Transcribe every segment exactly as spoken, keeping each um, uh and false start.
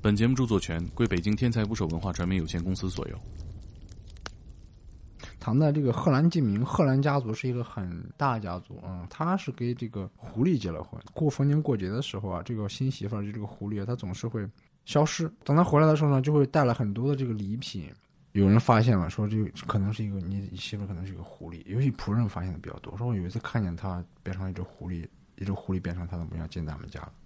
本节目著作权归北京天才捕手文化传媒有限公司所有。 唐代这个贺兰进明，贺兰家族是一个很大家族啊、嗯，他是跟这个狐狸结了婚。过逢年过节的时候啊，这个新媳妇儿就这个狐狸，他总是会消失。等他回来的时候呢，就会带了很多的这个礼品。有人发现了，说这个可能是一个你媳妇儿可能是一个狐狸，尤其仆人发现的比较多。说我有一次看见他变成一只狐狸，一只狐狸变成他的模样进咱们家了。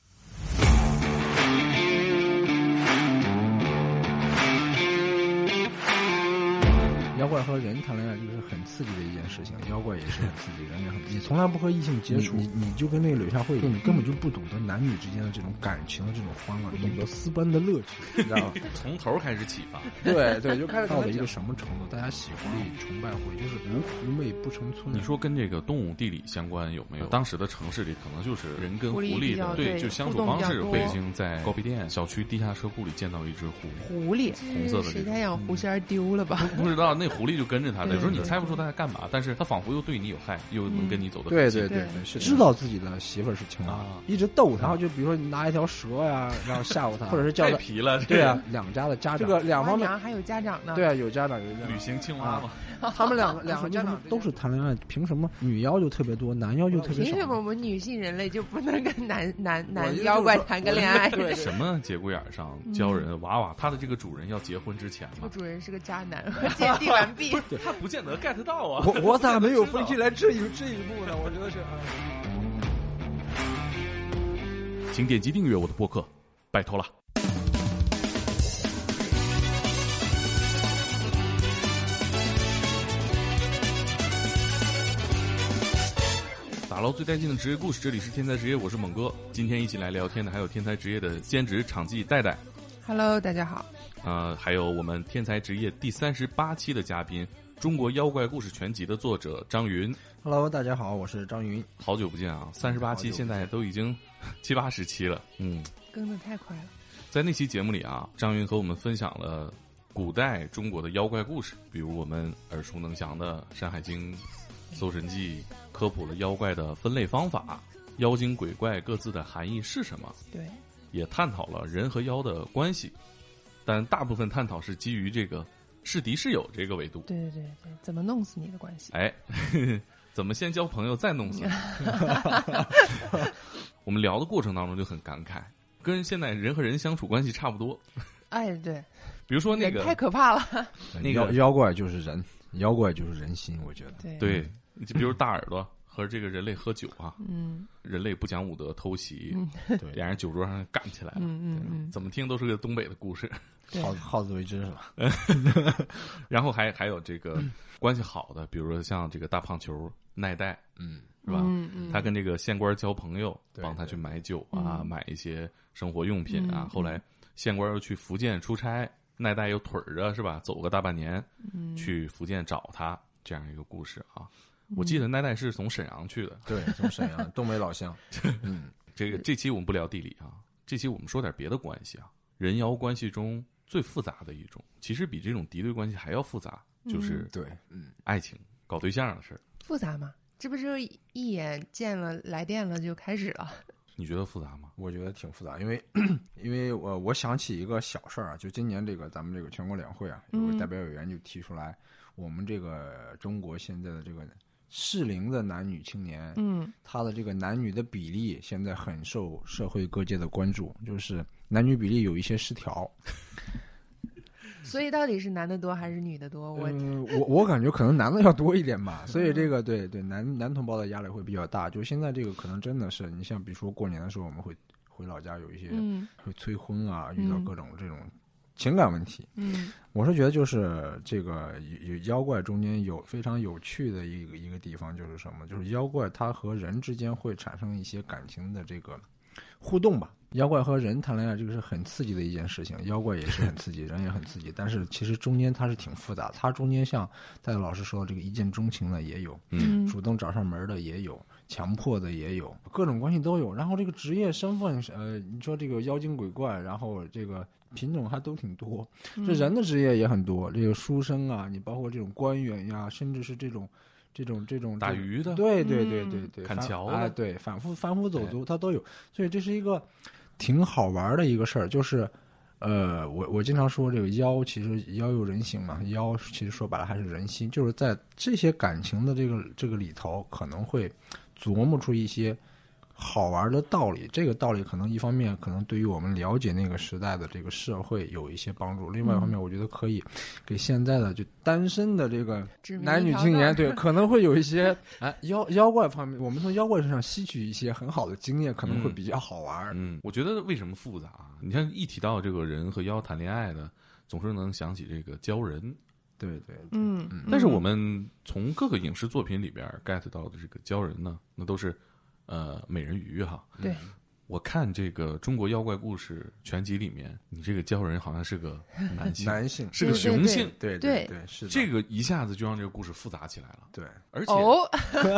妖怪和人谈恋爱这个是很刺激的一件事情，妖怪也是很刺激，人也很刺激。你从来不和异性接触，你 你, 你就跟那个柳下惠，你根本就不懂得男女之间的这种感情的这种欢乐，不懂得私奔的乐趣，你知道吗？ 从头开始启发， 对对，就开始到了一个什么程度，大家喜欢崇拜狐狸，就是无狐媚不成村。 你说跟这个动物地理相关有没有？当时的城市里可能就是人跟狐狸的对就相处方式。北京在高碑店小区地下车库里见到一只狐狸， 狐狸红色的， 谁家养狐仙丢了吧？ 不知道那狐狸就跟着他，有时候你猜不出他在干嘛，但是他仿佛又对你有害，又能跟你走得很近。对对对，是知道自己的媳妇儿是青蛙，啊，一直逗他，然后就比如说你拿一条蛇呀，然后吓唬他，或者是叫太皮了。 对啊，两家的家长，这个两方面还有家长呢。 对啊，有家长有家长。 旅行青蛙嘛， 啊，他们两个两个家长都是谈恋爱，凭什么女妖就特别多，男妖就特别少？ 凭什么我们女性人类就不能跟男男男妖怪谈个恋爱？ 对， 什么节骨眼上教人娃娃，他的这个主人要结婚之前嘛， 主人是个渣男，鉴定完毕， 他不见得 get 到啊。 我我咋没有分析来这一这一步呢？我觉得是。 请点击订阅我的播客，拜托了。打捞最带劲的职业故事，这里是天才职业，我是猛哥。今天一起来聊天的还有天才职业的兼职场记戴戴。 Hello， 大家好。 呃，还有我们天才职业第三十八期的嘉宾，中国妖怪故事全集的作者张云。 Hello， 大家好，我是张云。 好久不见啊，三十八期现在都已经七八十期了，嗯， 更得太快了。 在那期节目里啊，张云和我们分享了古代中国的妖怪故事，比如我们耳熟能详的《山海经》《搜神记》，科普了妖怪的分类方法，妖精鬼怪各自的含义是什么，对，也探讨了人和妖的关系，但大部分探讨是基于这个是敌是友这个维度。 对对对对，怎么弄死你的关系？ 哎，呵呵，怎么先交朋友再弄死你？我们聊的过程当中就很感慨，跟现在人和人相处关系差不多。 哎，对， 比如说那个太可怕了， 那个妖怪就是人，妖怪就是人心，我觉得。 对对，就比如大耳朵和这个人类喝酒啊，嗯，人类不讲武德偷袭，嗯，对，俩人酒桌上干起来了， 嗯嗯嗯， 怎么听都是个东北的故事。 好好自为之是吧？ 然后还还有这个关系好的，比如说像这个大胖球奈代，嗯，是吧？ 嗯嗯， 他跟这个县官交朋友，帮他去买酒啊，买一些生活用品啊。后来县官又去福建出差，奈代又腿着是吧？走个大半年，去福建找他，这样一个故事啊。我记得奈代是从沈阳去的， 对，从沈阳东北老乡。 嗯，这个这期我们不聊地理啊，这期我们说点别的关系啊，人妖关系中最复杂的一种，其实比这种敌对关系还要复杂，就是对，嗯， 爱情搞对象的事儿。 复杂吗？这不是一眼见了来电了就开始了？ 你觉得复杂吗？ 我觉得挺复杂，因为因为我我想起一个小事儿啊，就今年这个咱们这个全国两会啊，有个代表委员就提出来，我们这个中国现在的这个适龄的男女青年，嗯，他的这个男女的比例现在很受社会各界的关注，就是男女比例有一些失调。 所以到底是男的多还是女的多？我、 嗯、我我感觉可能男的要多一点吧，所以这个对对男男同胞的压力会比较大。就现在这个可能真的是，你像比如说过年的时候，我们会回老家有一些会催婚啊，嗯、遇到各种这种情感问题。嗯，我是觉得就是这个妖怪中间有非常有趣的一个一个地方，就是什么？就是妖怪它和人之间会产生一些感情的这个互动吧。妖怪和人谈恋爱，这个是很刺激的一件事情，妖怪也是很刺激，人也很刺激，但是其实中间它是挺复杂，它中间像戴老师说的这个一见钟情的也有，嗯，主动找上门的也有，强迫的也有，各种关系都有。然后这个职业身份，呃，你说这个妖精鬼怪，然后这个品种还都挺多，这人的职业也很多，这个书生啊，你包括这种官员呀，甚至是这种。这种这种打鱼的， 对对对对对， 砍桥的， 哎，对，反复反复走卒，它都有，所以这是一个挺好玩的一个事儿。就是呃，我我经常说这个妖，其实妖有人性嘛，妖其实说白了还是人心，就是在这些感情的这个这个里头，可能会琢磨出一些好玩的道理。这个道理可能一方面可能对于我们了解那个时代的这个社会有一些帮助，另外一方面我觉得可以给现在的就单身的这个男女青年，对，可能会有一些哎妖妖怪方面，我们从妖怪身上吸取一些很好的经验，可能会比较好玩。 嗯，我觉得为什么复杂？你看一提到这个人和妖谈恋爱的，总是能想起这个鲛人。 对对， 嗯， 但是我们从各个影视作品里边 get 到的这个鲛人呢，那都是呃美人鱼哈。 对， 我看这个中国妖怪故事全集里面，你这个鲛人好像是个男性， 男性是个雄性， 对对对，是的， 这个一下子就让这个故事复杂起来了。 对， 而且、 哦、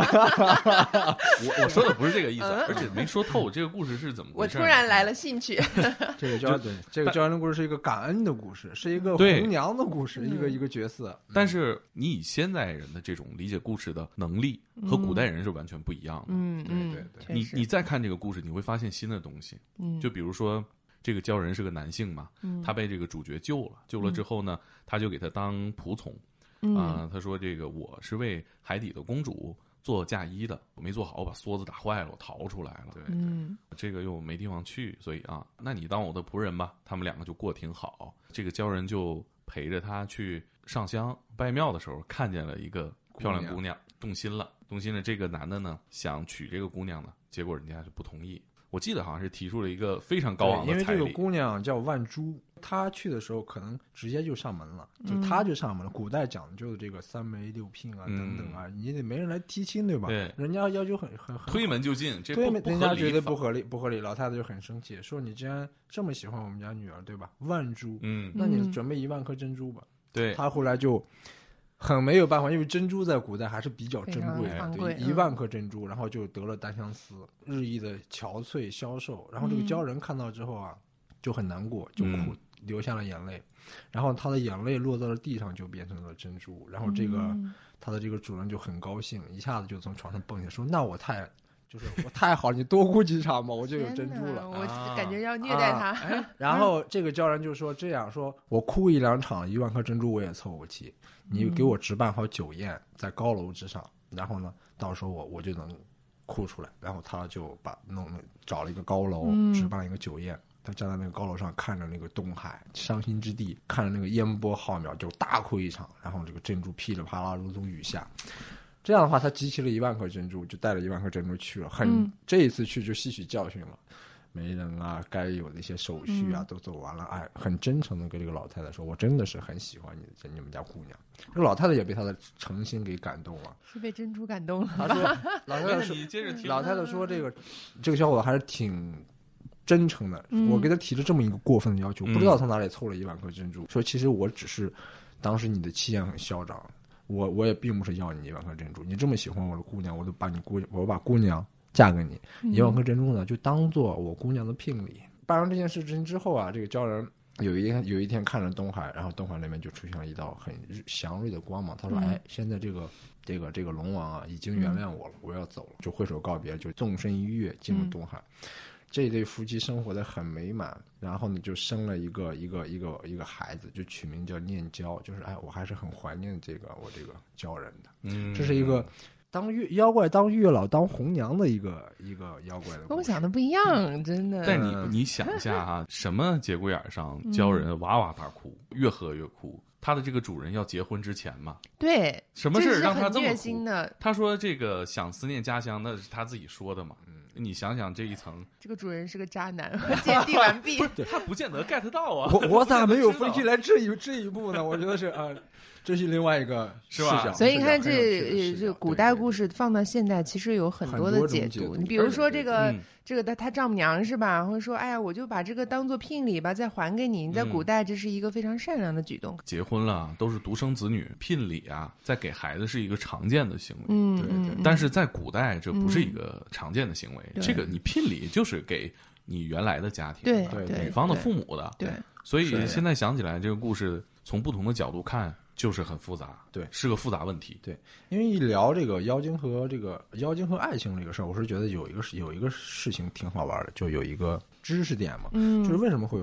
我我说的不是这个意思， 嗯、 而且没说透这个故事是怎么回事。 我突然来了兴趣。 这个鲛对，这个鲛人的故事是一个感恩的故事，是一个红娘的故事，一个一个角色。 但是你以现代人的这种理解故事的能力和古代人是完全不一样的。 嗯嗯， 对对对， 你你再看这个故事，你会发现新的东西。 嗯， 就比如说这个鲛人是个男性嘛， 嗯、 他被这个主角救了，救了之后呢，嗯、他就给他当仆从。啊、 嗯呃，他说这个我是为海底的公主做嫁衣的，我没做好，我把梭子打坏了，我逃出来了。 对， 嗯， 这个又没地方去，所以啊，那你当我的仆人吧。他们两个就过挺好。这个鲛人就陪着他去上香拜庙的时候，看见了一个漂亮姑娘，动心了。动心了，这个男的呢想娶这个姑娘呢，结果人家是不同意。我记得好像是提出了一个非常高昂的彩礼， 因为这个姑娘叫万珠，她去的时候可能直接就上门了，就她就上门了。嗯、古代讲究的这个三媒六聘啊，等等啊，你得没人来提亲，对吧？ 对， 人家要求很很很推门就进，这对， 不人家觉得不合理，不合理。老太太就很生气，说你既然这么喜欢我们家女儿，对吧？万珠， 嗯， 那你准备一万颗珍珠吧。 对， 她后来就很没有办法，因为珍珠在古代还是比较珍贵的，对，一万颗珍珠，然后就得了单相思，日益的憔悴消瘦。然后这个鲛人看到之后啊，就很难过，就哭， 嗯、 流下了眼泪。然后他的眼泪落到了地上，就变成了珍珠。然后这个、嗯、他的这个主人就很高兴，一下子就从床上蹦起来，说：“那我太就是我太好了，你多哭几场吧，我就有珍珠了。” 我感觉要虐待他。 啊哎、然后这个鲛人就说：“这样说，我哭一两场，一万颗珍珠我也凑不齐。你给我置办好酒宴，在高楼之上，然后呢，到时候我我就能哭出来。”然后他就把弄找了一个高楼，置办了一个酒宴。他站在那个高楼上，看着那个东海伤心之地，看着那个烟波浩渺，就大哭一场。然后这个珍珠噼里啪啦如同雨下。这样的话，他集齐了一万颗珍珠，就带了一万颗珍珠去了。很、嗯、这一次去就吸取教训了。媒人啊，该有的一些手续啊，都走完了。哎，很真诚的跟这个老太太说：“我真的是很喜欢你，你们家姑娘。”这个老太太也被她的诚心给感动了， 是被珍珠感动了。 她说：“老太太说， 你接着听。 老太太说，这个这个小伙子还是挺真诚的。嗯、我给他提了这么一个过分的要求，嗯、不知道从哪里凑了一万颗珍珠。说其实我只是当时你的气焰很嚣张，我我也并不是要你一万颗珍珠。你这么喜欢我的姑娘，我都把你姑我把姑娘。”嫁给你，一万颗珍珠呢，就当做我姑娘的聘礼。办完这件事情之后啊，这个鲛人有一天有一天看着东海，然后东海那边就出现了一道很祥瑞的光芒。他说：“嗯、哎，现在这个这个这个龙王啊，已经原谅我了，嗯、我要走了。”就挥手告别，就纵身一跃进入东海。嗯、这一对夫妻生活的很美满，然后呢，就生了一个一个一个一个孩子，就取名叫念鲛，就是哎，我还是很怀念这个我这个鲛人的。嗯，这是一个。当月妖怪当月老当红娘的一个一个妖怪的故事， 跟我想的不一样，真的。 但你你想一下哈，什么节骨眼上鲛人哇哇大哭，越喝越哭。他的这个主人要结婚之前嘛， 对， 什么事让他这么哭的？ 他说这个想思念家乡，那是他自己说的嘛。嗯，你想想这一层， 这个主人是个渣男，鉴定完毕。 不是，他不见得 get 到啊。 我我咋没有分析来这一这一步呢？我觉得是啊。这是另外一个是吧？ 所以你看这，这这古代故事放到现代，其实有很多的解读。你比如说这个，嗯、这个他他丈母娘是吧？或者说，哎呀，我就把这个当做聘礼吧，再还给你。你在古代，这是一个非常善良的举动。 嗯、结婚了都是独生子女，聘礼啊，再给孩子是一个常见的行为。 嗯， 对对。 但是在古代，这不是一个常见的行为。嗯、这个你聘礼就是给你原来的家庭， 对对，女方的父母的。 对。 所以现在想起来，这个故事从不同的角度看。就是很复杂， 对， 是个复杂问题。 对，因为一聊这个妖精和这个妖精和爱情这个事儿，我是觉得有一个有一个事情挺好玩的，就有一个知识点嘛，嗯，就是为什么会有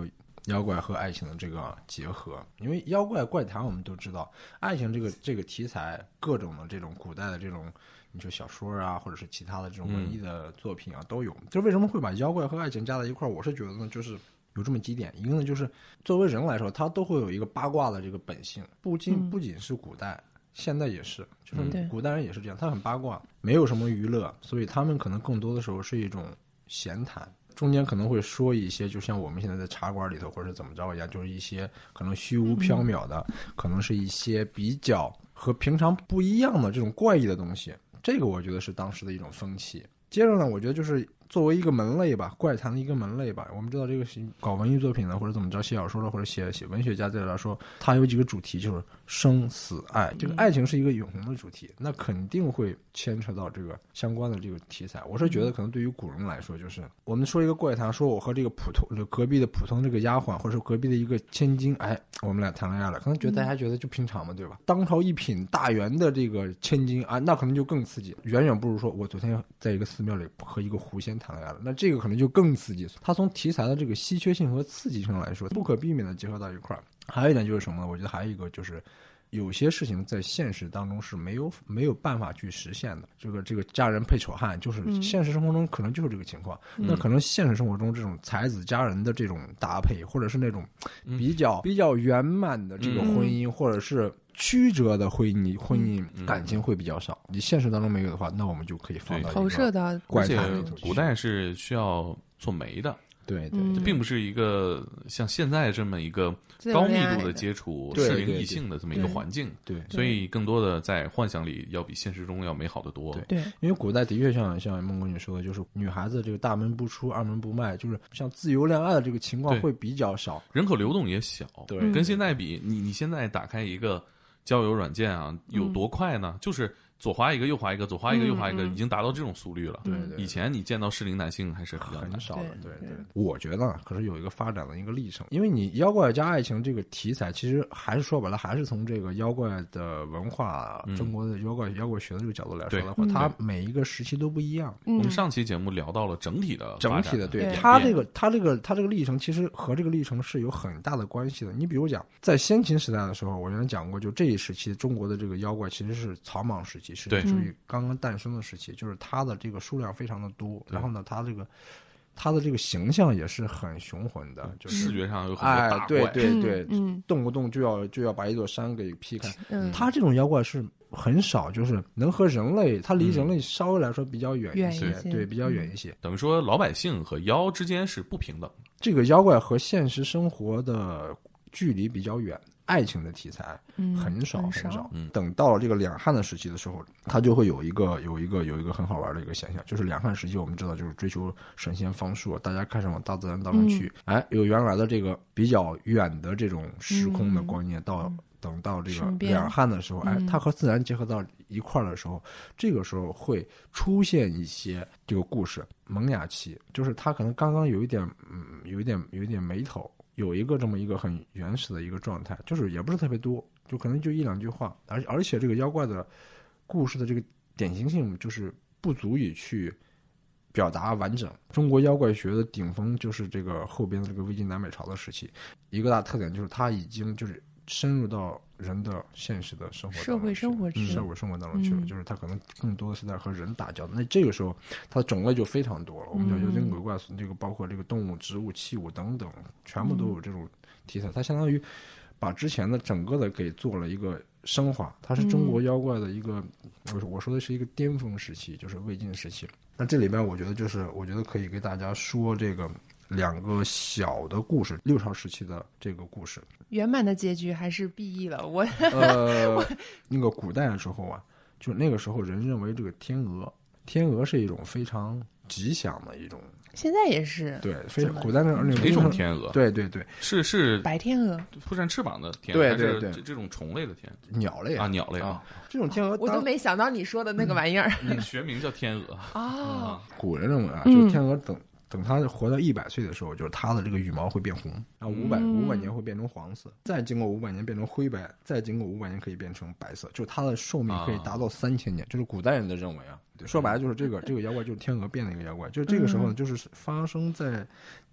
妖怪和爱情的这个结合。因为妖怪怪谈我们都知道，爱情这个这个题材，各种的这种古代的这种你说小说啊，或者是其他的这种文艺的作品啊、嗯、都有。就为什么会把妖怪和爱情加在一块儿，我是觉得呢，就是有这么几点。一个呢，就是作为人来说，他都会有一个八卦的这个本性，不仅不仅是古代、嗯、现在也是，就是古代人也是这样，他很八卦，没有什么娱乐，所以他们可能更多的时候是一种闲谈，中间可能会说一些就像我们现在在茶馆里头或者怎么着一样，就是一些可能虚无缥缈的、嗯、可能是一些比较和平常不一样的这种怪异的东西，这个我觉得是当时的一种风气。接着呢，我觉得就是作为一个门类吧，怪谈的一个门类吧，我们知道这个搞文艺作品的或者怎么着写小说的或者写写文学家这来说，他有几个主题，就是生死爱，这个爱情是一个永恒的主题，那肯定会牵扯到这个相关的这个题材。我是觉得可能对于古人来说，就是我们说一个怪谈，说我和这个普通隔壁的普通这个丫鬟或者隔壁的一个千金，哎，我们俩谈恋爱了，可能觉得大家觉得就平常嘛，对吧？当朝一品大员的这个千金啊，那可能就更刺激，远远不如说我昨天在一个寺庙里和一个狐仙谈恋爱了，那这个可能就更刺激。它从题材的这个稀缺性和刺激性来说，不可避免的结合到一块儿。还有一点就是什么呢？我觉得还有一个就是有些事情在现实当中是没有没有办法去实现的。这个这个佳人配丑汉，就是现实生活中可能就是这个情况。嗯、那可能现实生活中这种才子佳人的这种搭配，或者是那种比较、嗯、比较圆满的这个婚姻，嗯、或者是曲折的婚姻婚姻感情会比较少。你现实当中没有的话，那我们就可以放到投射到怪谈里头。 古代是需要做媒的。 对对， 这并不是一个像现在这么一个高密度的接触适龄异性的这么一个环境， 对， 所以更多的在幻想里要比现实中要美好得多。 对，因为古代的确像像孟国女说的，就是女孩子这个大门不出二门不迈，就是像自由恋爱的这个情况会比较少， 人口流动也小。 对， 跟现在比，你你现在打开一个交友软件啊，有多快呢？嗯、就是左滑一个右滑一个，左滑一个右滑一个，嗯、已经达到这种速率了。 对对， 以前你见到适龄男性还是比较很少的。对对，我觉得可是有一个发展的一个历程，因为你妖怪加爱情这个题材，其实还是说白了，还是从这个妖怪的文化、嗯、中国的妖怪妖怪学的这个角度来说的话， 嗯、 它每一个时期都不一样。 嗯、我们上期节目聊到了整体的整体的，对它这个它这个它这个历程，其实和这个历程是有很大的关系的。你比如讲，在先秦时代的时候，我原来讲过，就这一时期中国的这个妖怪其实是草莽时期，是属于刚刚诞生的时期，就是它的这个数量非常的多，然后呢，它这个它的这个形象也是很雄浑的，就是视觉上有很多大怪， 哎、对对对， 嗯， 动不动就要就要把一座山给劈开。嗯，它这种妖怪是很少，就是能和人类，它离人类稍微来说比较远一些， 嗯、 对，比较远一些。 等于说老百姓和妖之间是不平等， 这个妖怪和现实生活的距离比较远。爱情的题材很少、嗯、很少， 嗯、 等到了这个两汉的时期的时候，它就会有一个有一个有一个很好玩的一个现象，就是两汉时期我们知道就是追求神仙方术，大家开始往大自然当中去，嗯、哎，有原来的这个比较远的这种时空的观念，嗯、到等到这个两汉的时候，哎，它和自然结合到一块儿的时候，这个时候会出现一些这个故事萌芽期，就是它可能刚刚有一点嗯有一点有一点眉头。有一个这么一个很原始的一个状态，就是也不是特别多，就可能就一两句话，而而且这个妖怪的故事的这个典型性就是不足以去表达完整。中国妖怪学的顶峰就是这个后边的这个魏晋南北朝的时期，一个大特点就是它已经就是深入到人的现实的生活社会生活去社会生活当中去了，嗯、就是它可能更多的是在和人打交道。那这个时候它的种类就非常多了，我们叫妖精鬼怪，这个包括这个动物、植物、器物等等，全部都有这种题材。它相当于把之前的整个的给做了一个升华，它是中国妖怪的一个，我、嗯、我说的是一个巅峰时期，就是魏晋时期。那这里边我觉得就是我觉得可以给大家说这个两个小的故事，六朝时期的这个故事。 圆满的结局还是 B E 了，我呃，那个古代的时候啊，就那个时候人认为这个天鹅，天鹅是一种非常吉祥的一种， 现在也是， 对，非常古代的那哪种天鹅？ 对对对， 是是白天鹅， 扑扇翅膀的天鹅，对对对， 这这种虫类的天鹅， 鸟类啊，鸟类啊，这种天鹅我都没想到你说的那个玩意儿， 嗯、学名叫天鹅啊。 古人认为啊，就是天鹅等。等它活到一百岁的时候，就是它的这个羽毛会变红，然后五百五百年会变成黄色，再经过五百年变成灰白，再经过五百年可以变成白色，就是它的寿命可以达到三千年，就是古代人的认为啊。说白了就是这个这个妖怪就是天鹅变的一个妖怪，就是这个时候呢，就是发生在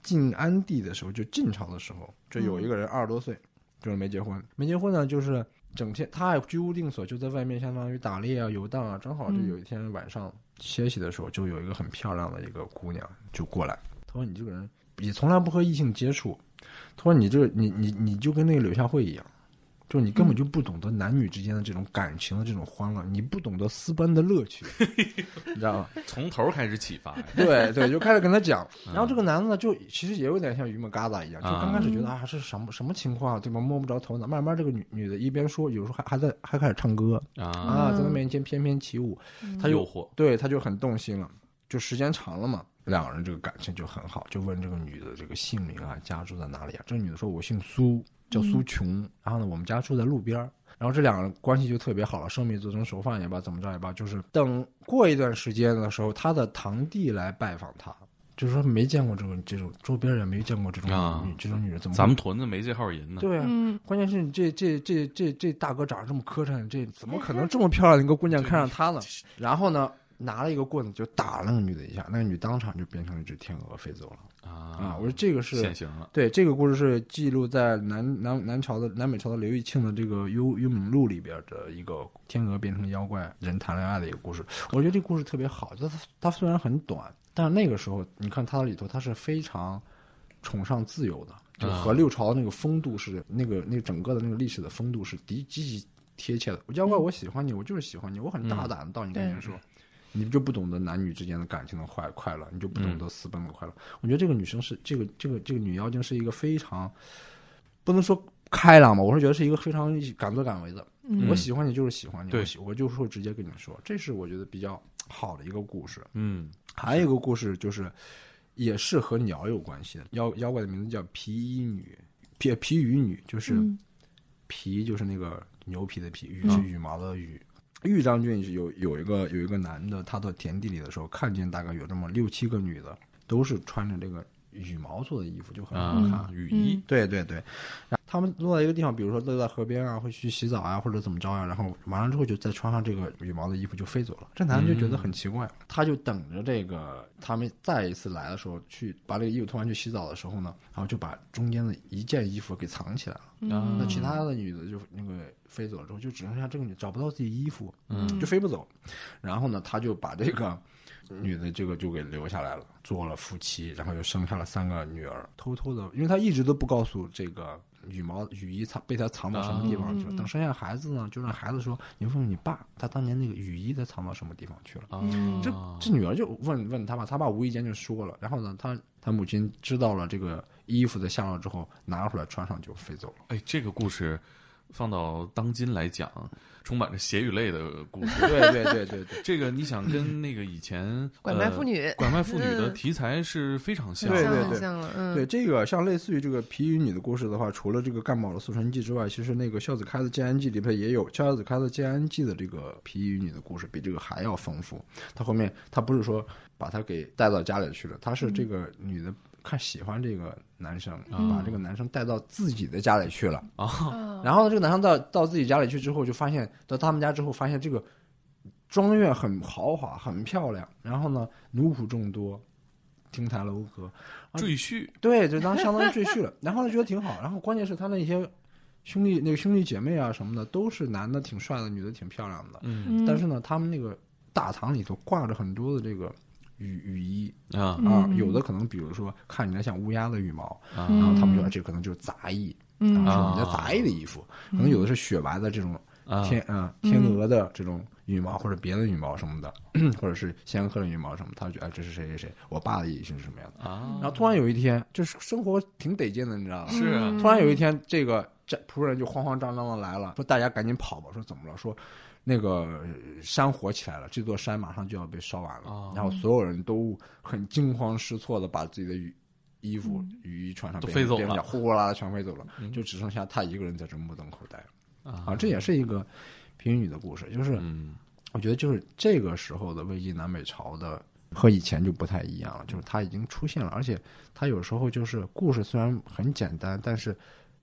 晋安帝的时候，就晋朝的时候，就有一个人二十多岁，就是没结婚，没结婚呢，就是整天他还居无定所，就在外面相当于打猎啊、游荡啊。正好就有一天晚上歇息的时候，就有一个很漂亮的一个姑娘就过来，他说：“你这个人也从来不和异性接触，他说你这个你你你就跟那个柳下惠一样。”就是你根本就不懂得男女之间的这种感情的这种欢乐，你不懂得私奔的乐趣，你知道吗？ 从头开始启发， 对对，就开始跟他讲。然后这个男的呢，就其实也有点像榆木疙瘩一样，就刚开始觉得啊是什么什么情况，对吧？摸不着头脑。慢慢这个女女的一边说，有时候还还在还开始唱歌啊啊，在他面前翩翩起舞，他诱惑， 对他就很动心了。就时间长了嘛，两个人这个感情就很好，就问这个女的这个姓名啊，家住在哪里啊？这个女的说我姓苏。叫苏琼、嗯，然后呢，我们家住在路边，然后这两个人关系就特别好了，生米做成熟饭也罢，怎么着也罢，就是等过一段时间的时候，他的堂弟来拜访他，就是说没见过这种这种周边人没见过这种女、啊、这种女人，怎么咱们屯子没这号人呢？ 对啊，嗯、关键是你这这这这这大哥长得这么磕碜，这怎么可能这么漂亮的一个姑娘看上他呢？然后呢，拿了一个棍子就打了那个女的一下，那个女当场就变成了一只天鹅飞走了。啊啊！我说这个是现形了。对， 这个故事是记录在南南南朝的南北朝的刘义庆的这个《幽幽冥录》里边的一个天鹅变成妖怪人谈恋爱的一个故事。我觉得这个故事特别好，就它它虽然很短，但是那个时候你看它里头它是非常崇尚自由的，就和六朝那个风度是、嗯、那个那个整个的那个历史的风度是极极贴切的。妖怪我喜欢你，我就是喜欢你，我很大胆的到你跟前说。嗯你就不懂得男女之间的感情的快快乐，你就不懂得私奔的快乐、嗯。我觉得这个女生是这个这个这个女妖精是一个非常不能说开朗吧，我是觉得是一个非常敢作敢为的。嗯、我喜欢你就是喜欢你，对，我我就是会直接跟你说，这是我觉得比较好的一个故事。 嗯， 还有一个故事就是也是和鸟有关系的，妖妖怪的名字叫皮衣女，皮皮羽女，就是皮就是那个牛皮的皮，羽是羽毛的羽。豫章郡有有一个有一个男的，他到田地里的时候，看见大概有这么六七个女的，都是穿着这个羽毛做的衣服，就很好看，啊、 羽衣。 对对对，然后他们落在一个地方，比如说落在河边啊，会去洗澡啊，或者怎么着啊，然后完了之后就再穿上这个羽毛的衣服就飞走了。这男的就觉得很奇怪，嗯、他就等着这个他们再一次来的时候，去把这个衣服脱完去洗澡的时候呢，然后就把中间的一件衣服给藏起来了。嗯、那其他的女的就那个飞走了之后，就只剩下这个女找不到自己衣服，嗯，就飞不走。然后呢，他就把这个女的这个就给留下来了，做了夫妻，然后又生下了三个女儿，偷偷的，因为他一直都不告诉这个羽毛羽衣藏被他藏到什么地方去了。啊、等生下孩子呢，就让孩子说：“你问问你爸，他当年那个羽衣他藏到什么地方去了？”啊、这这女儿就问问他爸，他爸无意间就说了。然后呢，他他母亲知道了这个衣服的下落之后，拿出来穿上就飞走了。 哎，这个故事放到当今来讲，充满着血与泪的故事。 对对对对对， 这个你想跟那个以前拐卖妇女、呃、 拐卖妇女的题材是非常像的。 对对对， 像了嗯、 对这个像类似于这个皮羽女的故事的话，除了这个干宝的《素存记》之外，其实那个孝子开的《建安记》里边也有孝子开的《建安记》的这个皮羽女的故事，比这个还要丰富。他后面他不是说把她给带到家里去了，他是这个女的。看喜欢这个男生， 嗯、 把这个男生带到自己的家里去了。 哦、 然后呢，这个男生到到自己家里去之后，就发现到他们家之后，发现这个庄院很豪华，很漂亮。然后呢，奴仆众多，亭台楼阁， 赘婿。 对，就当相当于赘婿了。然后呢，觉得挺好。然后关键是他那些兄弟、那个兄弟姐妹啊什么的，都是男的挺帅的，女的挺漂亮的。 嗯， 但是呢，他们那个大堂里头挂着很多的这个。羽羽衣啊啊，有的可能比如说看起来像乌鸦的羽毛， 啊、 然后他们就说这可能就是杂役， 嗯、 啊，是我们家杂役的衣服， 嗯、 可能有的是雪白的这种天啊、呃、天鹅的这种羽毛，或者别的羽毛什么的，嗯、或者是仙鹤的羽毛什么，他就觉得、哎、这是谁谁谁，我爸的衣服是什么样的啊？ 然后突然有一天，就是生活挺得劲的，你知道吗？ 是啊， 突然有一天，这个这仆人就慌慌张张的来了，说大家赶紧跑吧，说怎么了？说。那个山火起来了，这座山马上就要被烧完了， 哦、 然后所有人都很惊慌失措的把自己的雨衣服、嗯、雨衣穿上， 都飞走了， 呼呼啦啦全飞走了， 嗯、 就只剩下他一个人在这目瞪口呆啊！ 啊，这也是一个平女的故事，就是、 嗯、 我觉得就是这个时候的魏晋南北朝的和以前就不太一样了，就是它已经出现了，而且它有时候就是故事虽然很简单，但是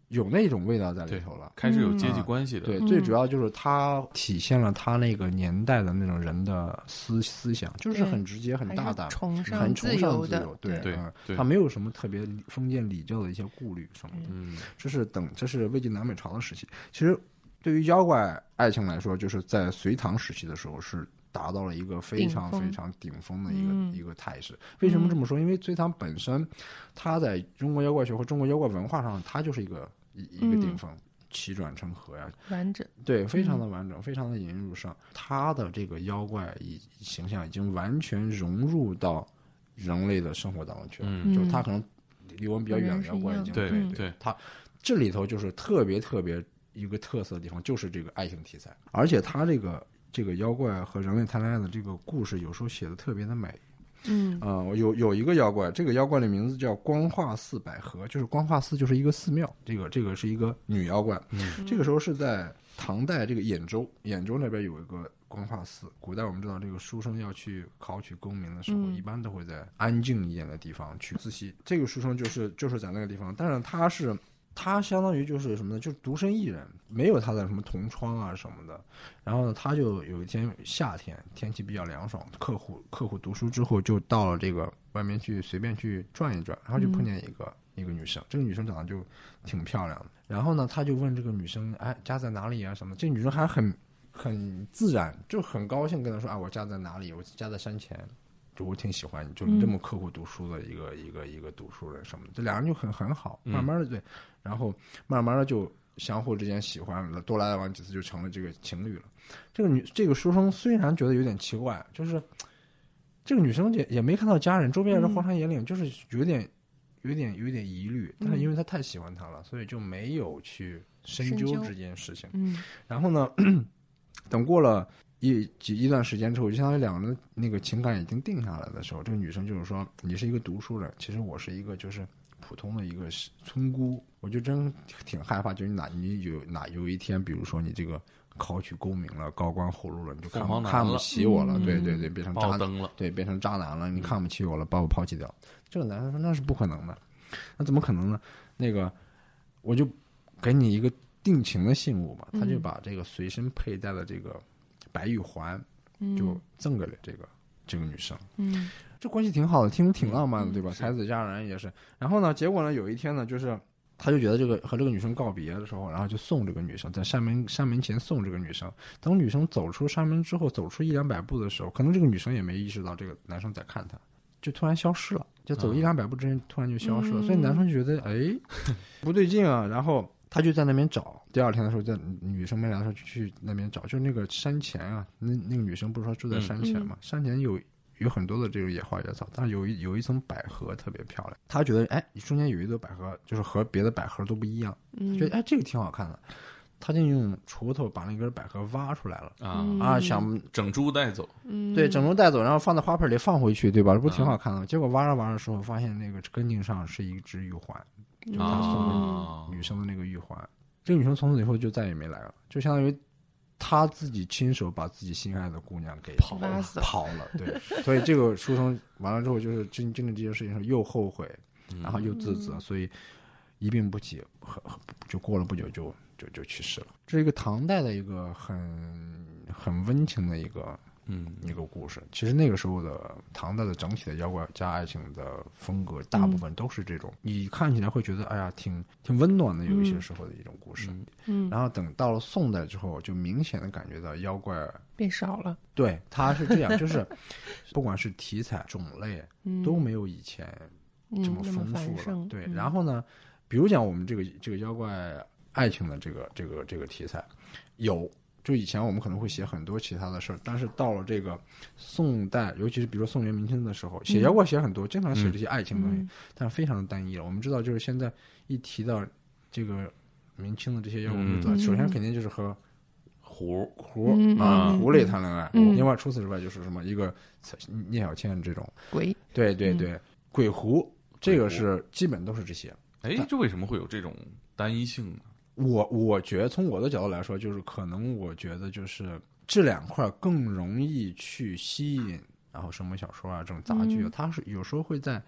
有那种味道在里头了， 开始有阶级关系的。 嗯、对，最主要就是它体现了他那个年代的那种人的思思想，就是很直接、很大胆、 崇尚很崇尚自由。 对对、 嗯，他没有什么特别封建礼教的一些顾虑什么的。 嗯， 这是等这是魏晋南北朝的时期。其实对于妖怪爱情来说，就是在隋唐时期的时候是达到了一个非常非常顶峰的一个、嗯、一个态势。为什么这么说？因为隋唐本身，它在中国妖怪学和中国妖怪文化上，它就是一个一一个顶峰，起转成合呀， 完整， 对，非常的完整，嗯、非常的引人入胜。它的这个妖怪已形象已经完全融入到人类的生活当中去了， 嗯、 就是它可能离我们比较远的妖怪已经， 对对对， 它这里头就是特别特别一个特色的地方，就是这个爱情题材，而且它这个。这个妖怪和人类谈恋爱的这个故事，有时候写的特别的美。 嗯啊、呃，有有一个妖怪，这个妖怪的名字叫光化寺百合，就是光化寺就是一个寺庙，这个这个是一个女妖怪。 嗯， 这个时候是在唐代这个兖州，兖州那边有一个光化寺。古代我们知道，这个书生要去考取功名的时候， 嗯、 一般都会在安静一点的地方去自习。这个书生就是就是在那个地方，但是他是。他相当于就是什么呢？就是独身一人，没有他的什么同窗啊什么的。然后呢，他就有一天夏天，天气比较凉爽，客户客户读书之后，就到了这个外面去随便去转一转，然后就碰见一个、嗯、一个女生。这个女生长得就挺漂亮的。然后呢，他就问这个女生：“哎，家在哪里啊？什么？”这个女生还很很自然，就很高兴跟他说：“啊，我家在哪里？我家在山前。”就我挺喜欢你，就你这么刻苦读书的一个、嗯、一个一个读书人什么的，这两人就很很好，慢慢的对，然后慢慢的就相互之间喜欢了，多来往几次就成了这个情侣了。这个女这个书生虽然觉得有点奇怪，就是这个女生也也没看到家人，周边的荒山野岭，就是有点有点有点疑虑，但是因为他太喜欢他了，所以就没有去深究这件事情。 嗯， 然后呢，等过了。一几一段时间之后，就相当于两个人那个情感已经定下来的时候，这个女生就是说：“你是一个读书人，其实我是一个就是普通的一个村姑。”我就真挺害怕，就是哪你有哪有一天，比如说你这个考取功名了，高官厚禄了，你就看不看不起我了， 嗯、 对对对，变成渣灯了， 对，变成渣男了，你看不起我了，把我抛弃掉。这个男生说：“那是不可能的，那怎么可能呢？那个我就给你一个定情的信物嘛。”他就把这个随身佩戴的这个。白玉环就赠给了这个、嗯、这个女生， 嗯， 这关系挺好的，听着挺浪漫的，对吧？才子佳人也是。然后呢，结果呢，有一天呢，就是他就觉得这个和这个女生告别的时候，然后就送这个女生在山门山门前送这个女生。等女生走出山门之后，走出一两百步的时候，可能这个女生也没意识到这个男生在看她，就突然消失了，就走一两百步之前突然就消失了， 嗯、 所以男生就觉得哎不对劲啊，然后。他就在那边找，第二天的时候，在女生没来的时候就去那边找，就是那个山前啊，那那个女生不是说住在山前嘛，嗯、山前有有很多的这种野花野草，但是有一有一层百合特别漂亮，他觉得哎，中间有一朵百合，就是和别的百合都不一样， 嗯、 觉得哎这个挺好看的，他就用锄头把那根百合挖出来了啊、 嗯、 啊，想整株带走， 嗯， 对，整株带走，然后放在花盆里放回去，对吧？这不挺好看的吗？啊、结果挖着挖着的时候，发现那个根茎上是一只玉环。就是他送给女生的那个玉环，啊、这个女生从此以后就再也没来了，就相当于他自己亲手把自己心爱的姑娘给跑了，跑了。对，所以这个书生完了之后，就是经经历这件事情上又后悔，然后又自责，嗯、所以一病不起，就过了不久就就就去世了。这是一个唐代的一个很很温情的一个。嗯，一个故事。其实那个时候的唐代的整体的妖怪加爱情的风格，大部分都是这种，嗯、你看起来会觉得哎呀，挺挺温暖的，有一些时候的一种故事。 嗯， 然后等到了宋代之后，就明显的感觉到妖怪变少了。 对，它是这样，就是不管是题材种类，嗯、都没有以前这么丰富了。 嗯、 对， 嗯、 然后呢，比如讲我们这个这个妖怪爱情的这个这个这个题材，有。就以前我们可能会写很多其他的事儿，但是到了这个宋代，尤其是比如说宋元明清的时候，写妖怪写很多，嗯、经常写这些爱情东西，嗯、但是非常的单一了。我们知道，就是现在一提到这个明清的这些妖怪，我们知道，首先肯定就是和狐狐、嗯、啊狐类谈恋爱，嗯、另外除此之外就是什么一个聂小倩这种鬼， 对对对，嗯、鬼狐，这个是基本都是这些。 哎，这为什么会有这种单一性呢？ 我我觉得从我的角度来说，就是可能我觉得就是这两块更容易去吸引，然后什么小说啊这种杂剧啊，嗯、它是有时候会在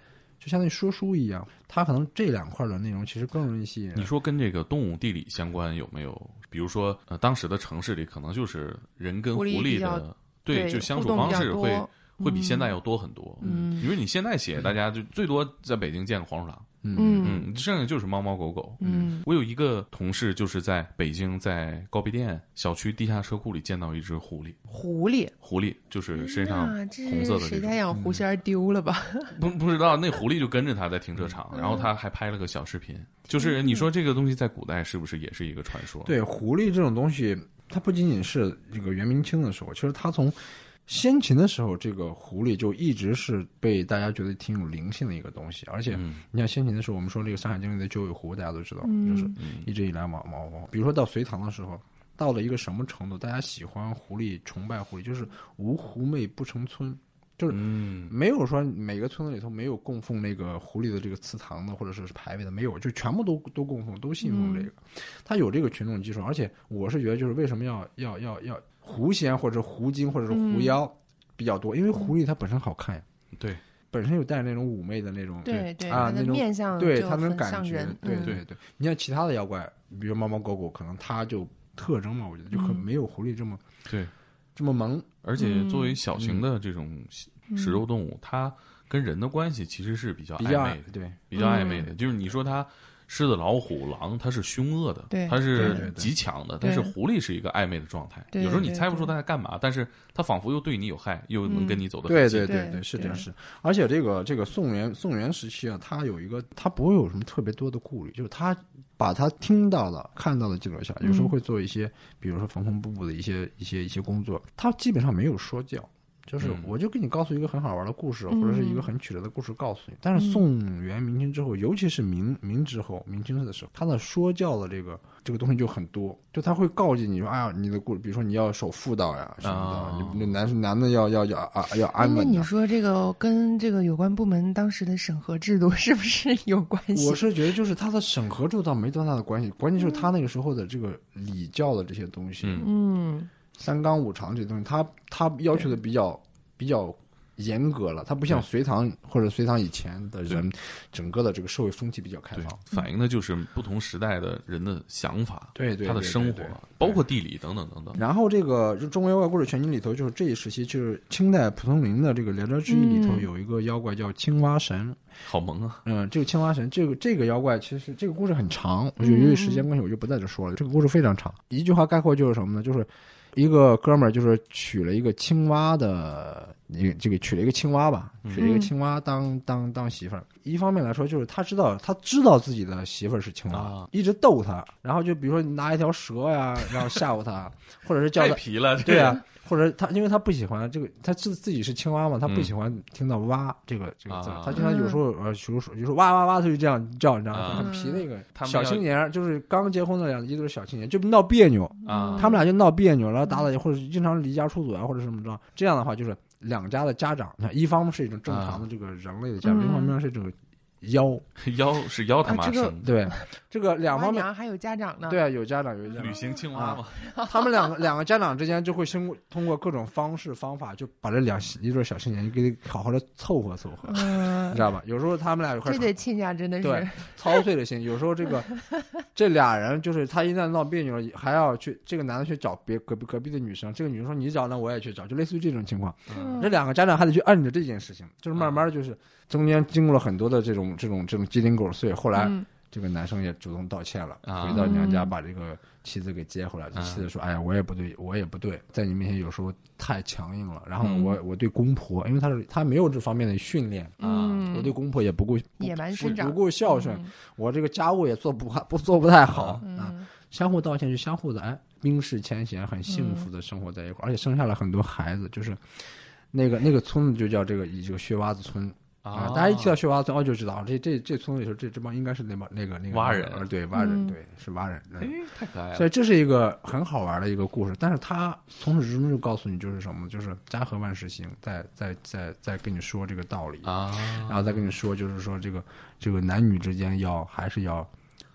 就相当于说书一样，它可能这两块的内容其实更容易吸引人。 你说跟这个动物地理相关有没有？比如说，呃，当时的城市里可能就是人跟狐狸的，对，就相处方式会会比现在要多很多。嗯，因为你现在写，大家就最多在北京见个黄鼠狼。嗯嗯，剩下就是猫猫狗狗。嗯，我有一个同事就是在北京，在高碑店小区地下车库里见到一只狐狸。 狐狸， 狐狸就是身上红色的。 谁家养狐仙丢了吧？ 不不知道，那狐狸就跟着他在停车场，然后他还拍了个小视频。就是你说这个东西在古代是不是也是一个传说？ 对，狐狸这种东西，它不仅仅是这个元明清的时候，其实它从先秦的时候，这个狐狸就一直是被大家觉得挺有灵性的一个东西。而且你像先秦的时候，我们说这个《山海经》里的九尾狐，大家都知道， 嗯、 就是一直以来往往往，比如说到隋唐的时候，到了一个什么程度，大家喜欢狐狸，崇拜狐狸，就是无狐媚不成村。就是没有说每个村子里头没有供奉那个狐狸的这个祠堂的，或者说是牌位的，没有，就全部都都供奉，都信奉这个。他有这个群众基础，而且我是觉得，就是为什么要要要要狐仙或者狐精或者是狐妖比较多，因为狐狸它本身好看呀， 对， 本身有带那种妩媚的那种， 对对啊，那种面相， 对它那种感觉，对嗯、 对对。你像其他的妖怪，比如猫猫狗狗，可能它就特征嘛，我觉得就很没有狐狸这么对这么萌， 而且作为小型的这种食肉动物，嗯、它跟人的关系其实是比较暧昧的， 对， 比较暧昧的。嗯、就是你说它狮子、老虎、狼，它是凶恶的， 对， 它是极强的，但是狐狸是一个暧昧的状态。有时候你猜不出它在干嘛，但是它仿佛又对你有害，又能跟你走得很近。 对对对对，是这样是。而且这个这个宋元宋元时期啊，它有一个，它不会有什么特别多的顾虑，就是它把它听到的、看到的记录下来，有时候会做一些，比如说缝缝补补的一些一些一些工作。它基本上没有说教。就是我就给你告诉一个很好玩的故事， 嗯、 或者是一个很曲折的故事告诉你。但是宋元明清之后，尤其是明明之后明清的时候，他的说教的这个这个东西就很多，就他会告诫你说，哎呀，你的故事，比如说你要守妇道呀什么的，哦、你男男的要要要啊要安稳的。 那你说这个跟这个有关部门当时的审核制度是不是有关系？ 我是觉得就是他的审核制度倒没多大的关系，关键就是他那个时候的这个礼教的这些东西。 嗯。 三纲五常这些东西，他他要求的比较比较严格了，他不像隋唐或者隋唐以前的人，整个的这个社会风气比较开放， 反映的就是不同时代的人的想法， 对对， 他的生活，包括地理等等等等。 然后这个就《中国妖怪故事全集》里头，就是这一时期，就是清代蒲松龄的这个《聊斋志异》里头有一个妖怪叫青蛙神， 好萌啊！ 嗯，这个青蛙神，这个这个妖怪其实这个故事很长，我就由于时间关系，我就不在这说了。这个故事非常长，一句话概括就是什么呢？就是一个哥们儿就是娶了一个青蛙的，一个这个娶了一个青蛙吧，娶了一个青蛙当当当媳妇儿。一方面来说，就是他知道他知道自己的媳妇儿是青蛙，啊、一直逗他，然后就比如说拿一条蛇呀，然后吓唬他，或者是叫他太皮了， 对啊。或者他，因为他不喜欢这个，他自自己是青蛙嘛，他不喜欢听到蛙这个、嗯、这个字，他经常有时候呃，有时候就说哇哇哇，他就这样叫，你知道吗？很皮那个小青年，就是刚结婚的两一对小青年，就闹别扭啊，他们俩就闹别扭，然后打打或者经常离家出走啊，或者什么着，这样的话就是两家的家长，一方面是一种正常的这个人类的家长，另一方面是这个。妖妖是妖他妈生、啊这个、对，这个两方面还有家长呢。 对啊，有家长有家长。 旅行青蛙嘛、 啊，他们两个两个家长之间就会通过通过各种方式方法，就把这两一对小青年给你好好的凑合凑合，嗯、你知道吧？有时候他们俩有块这对亲家真的是对操碎了心。有时候这个这俩人就是他一旦闹别扭了，还要去这个男的去找别隔壁隔壁的女生，这个女生说你找那我也去找，就类似于这种情况。嗯、这两个家长还得去摁着这件事情，就是慢慢的就是。中间经过了很多的这种这种这种鸡零狗碎，后来这个男生也主动道歉了，嗯、回到娘家把这个妻子给接回来。嗯、妻子说：“哎呀，我也不对，我也不对，在你面前有时候太强硬了。然后我、嗯、我对公婆，因为他是他没有这方面的训练啊，嗯、我对公婆也不够野蛮生长， 不够孝顺，嗯、我这个家务也做不不做不太好、嗯、啊。相互道歉，就相互的哎，冰释前嫌，很幸福的生活在一块儿，嗯、而且生下了很多孩子。就是那个那个村子就叫这个以这个薛洼子村。”啊！大家一提到薛洼子村，哦，就知道这这这村里头这这帮应该是那帮那个那个蛙人， 对蛙人，对是蛙人。 哎，太可爱了！ 所以这是一个很好玩的一个故事，但是他从始至终就告诉你就是什么，就是家和万事兴，在在在在跟你说这个道理啊，然后再跟你说就是说这个这个男女之间要还是要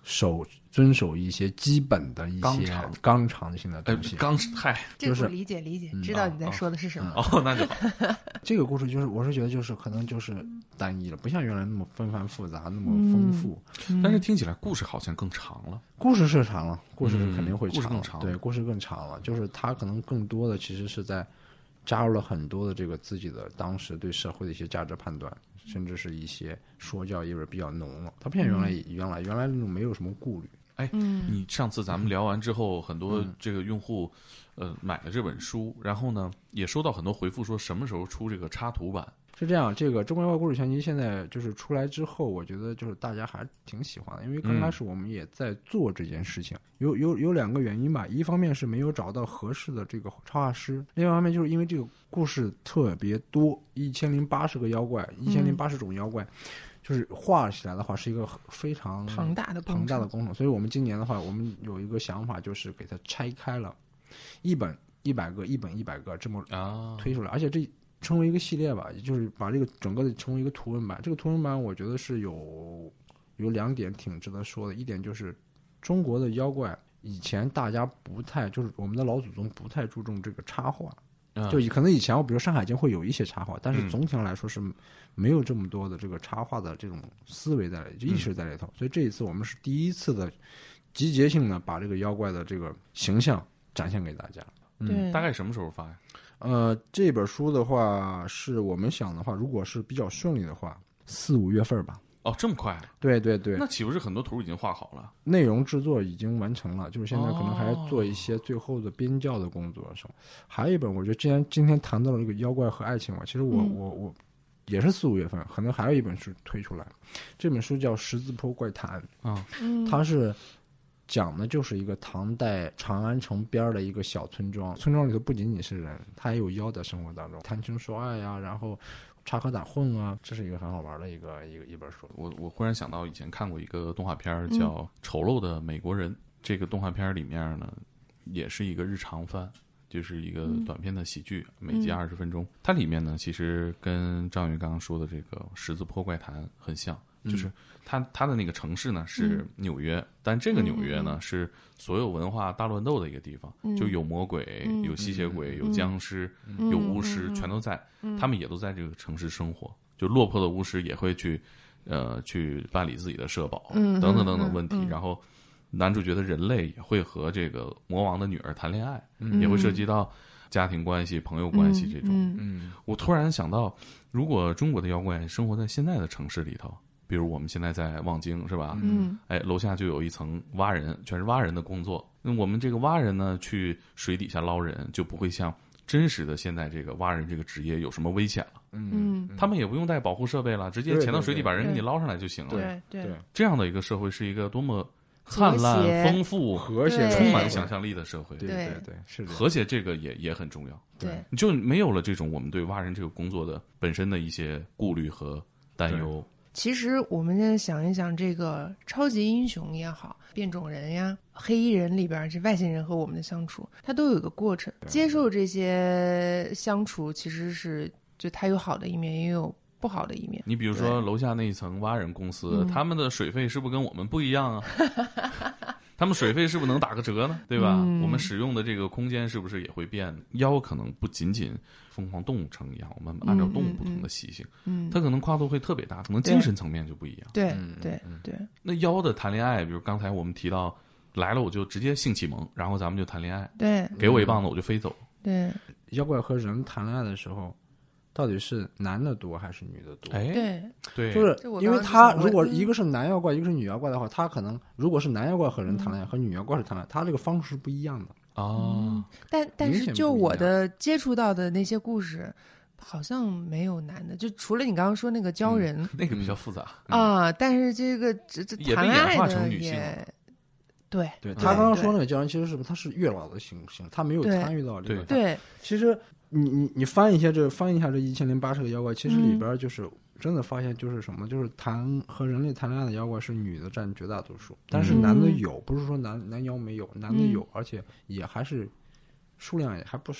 守遵守一些基本的一些纲常性的东西。 纲嗨， 这个我理解理解，知道你在说的是什么。 哦，那就好。 这个故事就是，我是觉得就是可能就是单一了，不像原来那么纷繁复杂，那么丰富。 嗯、 但是听起来故事好像更长了。 故事是长了，故事是肯定会长， 嗯、 故事更长。 对，故事更长了，就是它可能更多的其实是在加入了很多的这个自己的当时对社会的一些价值判断。甚至是一些说教意味比较浓了，它不像原来、嗯、原来原来那种没有什么顾虑。 哎，嗯、你上次咱们聊完之后，很多这个用户，呃，买了这本书，然后呢，也收到很多回复，说什么时候出这个插图版？ 是这样，这个中国妖怪故事全集现在就是出来之后，我觉得就是大家还挺喜欢的，因为刚开始我们也在做这件事情，嗯、有有有两个原因吧，一方面是没有找到合适的这个插画师，另外一方面就是因为这个故事特别多，一千零八十个妖怪，一千零八十种妖怪。嗯，就是画起来的话是一个非常庞大的庞大的工程，所以我们今年的话，我们有一个想法，就是给它拆开了，一本一百个，一本一百个这么推出来，啊、而且这成为一个系列吧，也就是把这个整个的成为一个图文版。这个图文版我觉得是有有两点挺值得说的，一点就是中国的妖怪以前大家不太，就是我们的老祖宗不太注重这个插画。就可能以前我比如《山海经》会有一些插画，但是总体上来说是没有这么多的这个插画的这种思维在里，就意识在里头。所以这一次我们是第一次的集结性的把这个妖怪的这个形象展现给大家。 嗯， 大概什么时候发呀？ 呃，这本书的话是我们想的话，如果是比较顺利的话，四五月份吧。 哦，这么快？ 对对对， 那岂不是很多图已经画好了？ 内容制作已经完成了，就是现在可能还做一些最后的编校的工作什么。哦、还有一本，我觉得既然今天谈到了这个妖怪和爱情嘛，其实我、嗯、我我也是四五月份，可能还有一本书推出来，这本书叫《十字坡怪谈》啊，它是讲的就是一个唐代长安城边的一个小村庄，村庄里头不仅仅是人，它也有妖在生活当中，谈情说爱呀，然后插科打诨啊，这是一个很好玩的一个一个一本书。 我我忽然想到以前看过一个动画片叫《丑陋的美国人》，嗯、这个动画片里面呢也是一个日常番，就是一个短片的喜剧，嗯、每集二十分钟。它里面呢其实跟张宇刚刚说的这个《十字坡怪谈》很像，嗯、就是它它的那个城市呢是纽约，嗯、但这个纽约呢、嗯、是所有文化大乱斗的一个地方，嗯、就有魔鬼、嗯、有吸血鬼、嗯、有僵尸、嗯、有巫师，嗯、全都在。他们也都在这个城市生活，就落魄的巫师也会去，呃，去办理自己的社保，嗯、等等等等问题。嗯、然后，男主角的人类也会和这个魔王的女儿谈恋爱，嗯、也会涉及到家庭关系、朋友关系这种。 嗯， 嗯我突然想到，如果中国的妖怪生活在现在的城市里头，比如我们现在在望京，是吧？ 嗯， 哎，楼下就有一层挖人，全是挖人的工作。那我们这个挖人呢，去水底下捞人，就不会像真实的现在这个挖人这个职业有什么危险了。 嗯， 他们也不用带保护设备了，直接潜到水底把人给你捞上来就行了。 对对对， 这样的一个社会是一个多么灿烂、丰富、 和谐、 充满想象力的社会。 对对对，是的， 和谐这个也也很重要。 对， 就没有了这种我们对挖人这个工作的本身的一些顾虑和担忧。 其实我们现在想一想，这个超级英雄也好，变种人呀、黑衣人里边这外星人和我们的相处，它都有一个过程。接受这些相处，其实是就它有好的一面，也有不好的一面。 你比如说楼下那一层挖人公司，他们的水费是不是跟我们不一样啊？他们水费是不是能打个折呢？对吧？嗯、我们使用的这个空间是不是也会变？妖可能不仅仅疯狂动物城一样，我们按照动物不同的习性，嗯，它可能跨度会特别大，可能精神层面就不一样。 对对对。 那妖的谈恋爱，比如刚才我们提到来了，我就直接性启蒙，然后咱们就谈恋爱。 对， 给我一棒子我就飞走。 对， 妖怪和人谈恋爱的时候，到底是男的多还是女的多？ 哎， 对对， 就是因为他如果一个是男妖怪，一个是女妖怪的话，他可能如果是男妖怪和人谈恋爱，和女妖怪是谈恋爱，他这个方式是不一样的。 哦、 嗯，但但是就我的接触到的那些故事，好像没有男的，就除了你刚刚说那个鲛人， 嗯、那个比较复杂啊、嗯。但是这个这这谈爱的也，对对，他刚刚说那个鲛人其实是他是月老的形形，他没有参与到这个。 对， 其实你你你翻一下这翻一下这一千零八十个妖怪，其实里边就是。嗯真的发现就是什么，就是谈和人类谈恋爱的妖怪是女的占绝大多数，但是男的有，不是说男男妖没有，男的有，嗯、而且也还是数量也还不少。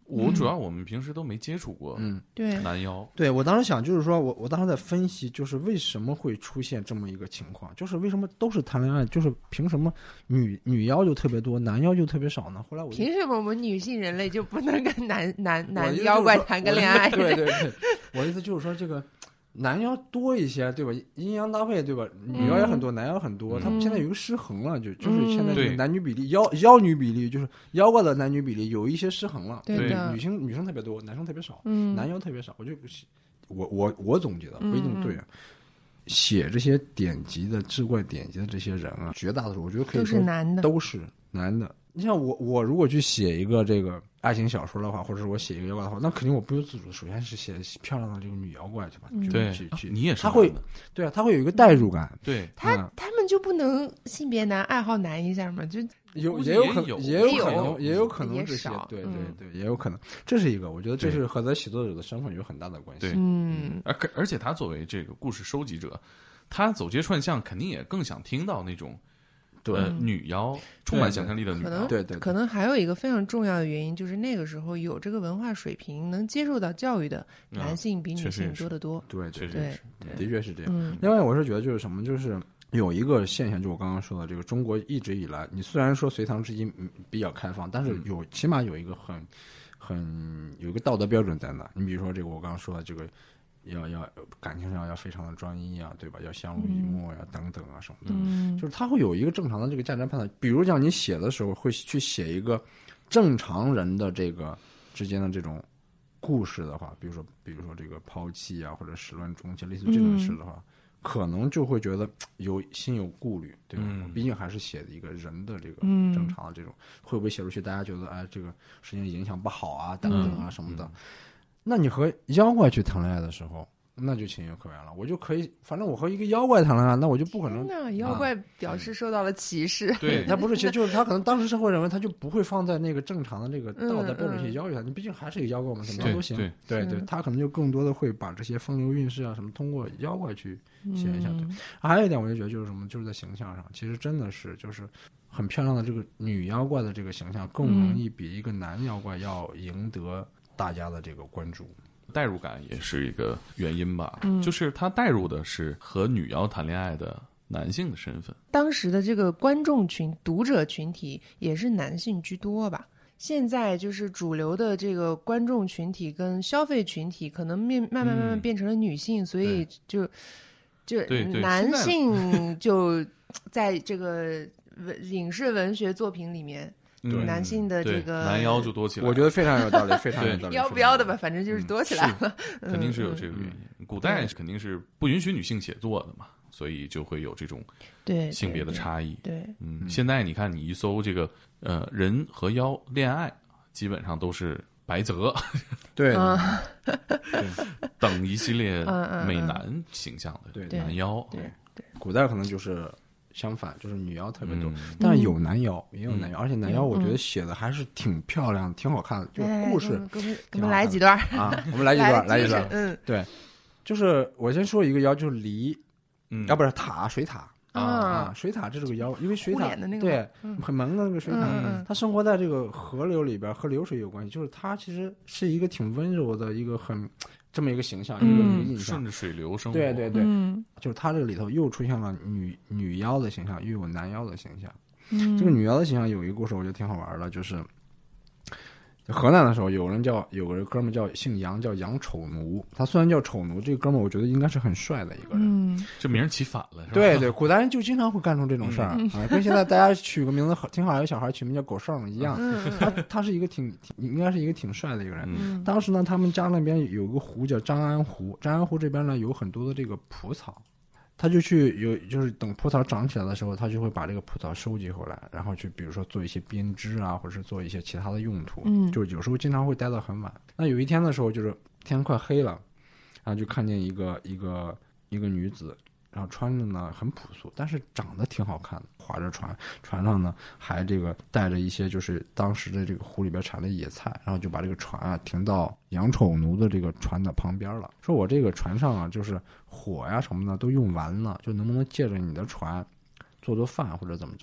我主要我们平时都没接触过， 嗯， 对， 男妖。 对，我当时想就是说我我当时在分析，就是为什么会出现这么一个情况，就是为什么都是谈恋爱，就是凭什么女女妖就特别多，男妖就特别少呢？后来我凭什么我们女性人类就不能跟男男男妖怪谈个恋爱？ 对对对，我的意思就是说这个。男妖多一些，对吧？阴阳搭配，对吧？女妖也很多，嗯、男妖很多。他们现在有一个失衡了，就就是现在这个男女比例，妖妖女比例，就是妖怪的男女比例有一些失衡了。 对的， 女性女生特别多，男生特别少， 嗯、 男妖特别少。我就我我我总结的不一定对啊。嗯、写这些典籍的志怪典籍的这些人啊，绝大多数我觉得可以说都是男的， 都是男的。你像我，我如果去写一个这个爱情小说的话，或者是我写一个妖怪的话，那肯定我不由自主，首先是写漂亮的这个女妖怪，去吧？ 嗯、 对， 去去， 你也是， 他会，对啊，他会有一个代入感。 对， 他他们就不能性别男爱好男一下吗？就有也有可能，也有可能，也有可能这些，对对对，也有可能，这是一个，我觉得这是和他写作者的身份有很大的关系。 嗯， 而而且他作为这个故事收集者，他走街串巷肯定也更想听到那种。对、呃，女妖充满想象力的女妖， 对 对, 对， 可能还有一个非常重要的原因，就是那个时候有这个文化水平、能接受到教育的男性比女性多得多。 嗯、对， 确实对，的确是这样。 嗯、 另外，我是觉得就是什么，就是有一个现象，就我刚刚说的，这个中国一直以来，你虽然说隋唐之间比较开放，但是有、嗯、起码有一个很很有一个道德标准在那。你比如说这个我刚刚说的这个。要要感情上要非常的专一啊，对吧？要相濡以沫呀、啊，等等啊什么的， 嗯、 就是他会有一个正常的这个价值判断。比如讲你写的时候会去写一个正常人的这个之间的这种故事的话，比如说比如说这个抛弃啊，或者始乱终弃，类似这种事的话，嗯、可能就会觉得有心有顾虑，对吧？嗯、毕竟还是写的一个人的这个正常的这种，嗯、会不会写出去大家觉得哎这个事情影响不好啊，等等啊什么的。嗯嗯那你和妖怪去谈恋爱的时候，那就情有可原了。我就可以，反正我和一个妖怪谈恋爱，那我就不可能。 那妖怪表示受到了歧视。 啊、对，他不是歧视，就是他可能当时社会认为他就不会放在那个正常的这个道德标准去要求他。嗯嗯、你毕竟还是一个妖怪嘛，怎么样都行。 对对 对, 对，他可能就更多的会把这些风流韵事啊什么，通过妖怪去写一下。对，嗯、还有一点，我就觉得就是什么，就是在形象上，其实真的是就是很漂亮的这个女妖怪的这个形象，更容易比一个男妖怪要赢得大家的这个关注。 代入感也是一个原因吧， 嗯、 就是他代入的是和女妖谈恋爱的男性的身份。 当时的这个观众群、读者群体也是男性居多吧？现在就是主流的这个观众群体跟消费群体可能面慢慢慢慢变成了女性，嗯、所以就就男性就在这个文影视文学作品里面。 对男性的这个男妖就多起来了， 我觉得非常有道理，非常有道理。 妖不妖的吧，反正就是多起来了， 嗯、肯定是有这个原因。嗯、古代肯定是不允许女性写作的嘛，所以就会有这种对性别的差异。 对，对嗯，嗯现在你看你一搜这个呃人和妖恋爱，基本上都是白泽， 对， 对等一系列美男形象的男妖， 对对， 古代可能就是。相反，就是女妖特别多，嗯、但是有男妖，也有男妖，嗯、而且男妖我觉得写的还是挺漂亮、嗯、挺好看的，就故事。 给我们给我们来几段啊！我们来几段，来几段。 嗯， 对，就是我先说一个妖，就是离，嗯，啊不是塔，水塔啊啊，水塔这是个妖，因为水塔对很萌的那个水塔， 嗯、 它生活在这个河流里边，和流水有关系，就是它其实是一个挺温柔的一个很。这么一个形象， 嗯、 一个一个印象， 顺着水流生活。 对对对， 嗯、 就是它这个里头又出现了女女妖的形象，又有男妖的形象。 嗯、 这个女妖的形象有一个故事，我觉得挺好玩的，就是河南的时候，有人叫有个哥们叫姓杨，叫杨丑奴。他虽然叫丑奴，这个哥们我觉得应该是很帅的一个人。 嗯， 这名儿起反了，是吧？ 对对，古代人就经常会干出这种事儿、嗯、啊，跟现在大家取个名字挺好，有小孩取名叫狗剩一样。 嗯、 他他是一个挺挺应该是一个挺帅的一个人。 嗯、 当时呢，他们家那边有个湖叫张安湖，张安湖这边呢有很多的这个蒲草。他就去有就是等蒲草长起来的时候，他就会把这个蒲草收集回来，然后去比如说做一些编织啊，或者是做一些其他的用途。 嗯， 就有时候经常会待到很晚。那有一天的时候，就是天快黑了，然后就看见一个一个一个女子，然后穿着呢很朴素，但是长得挺好看的，划着船，船上呢还这个带着一些就是当时的这个湖里边产的野菜，然后就把这个船啊停到杨丑奴的这个船的旁边了，说我这个船上啊就是火呀什么的都用完了，就能不能借着你的船做做饭或者怎么着？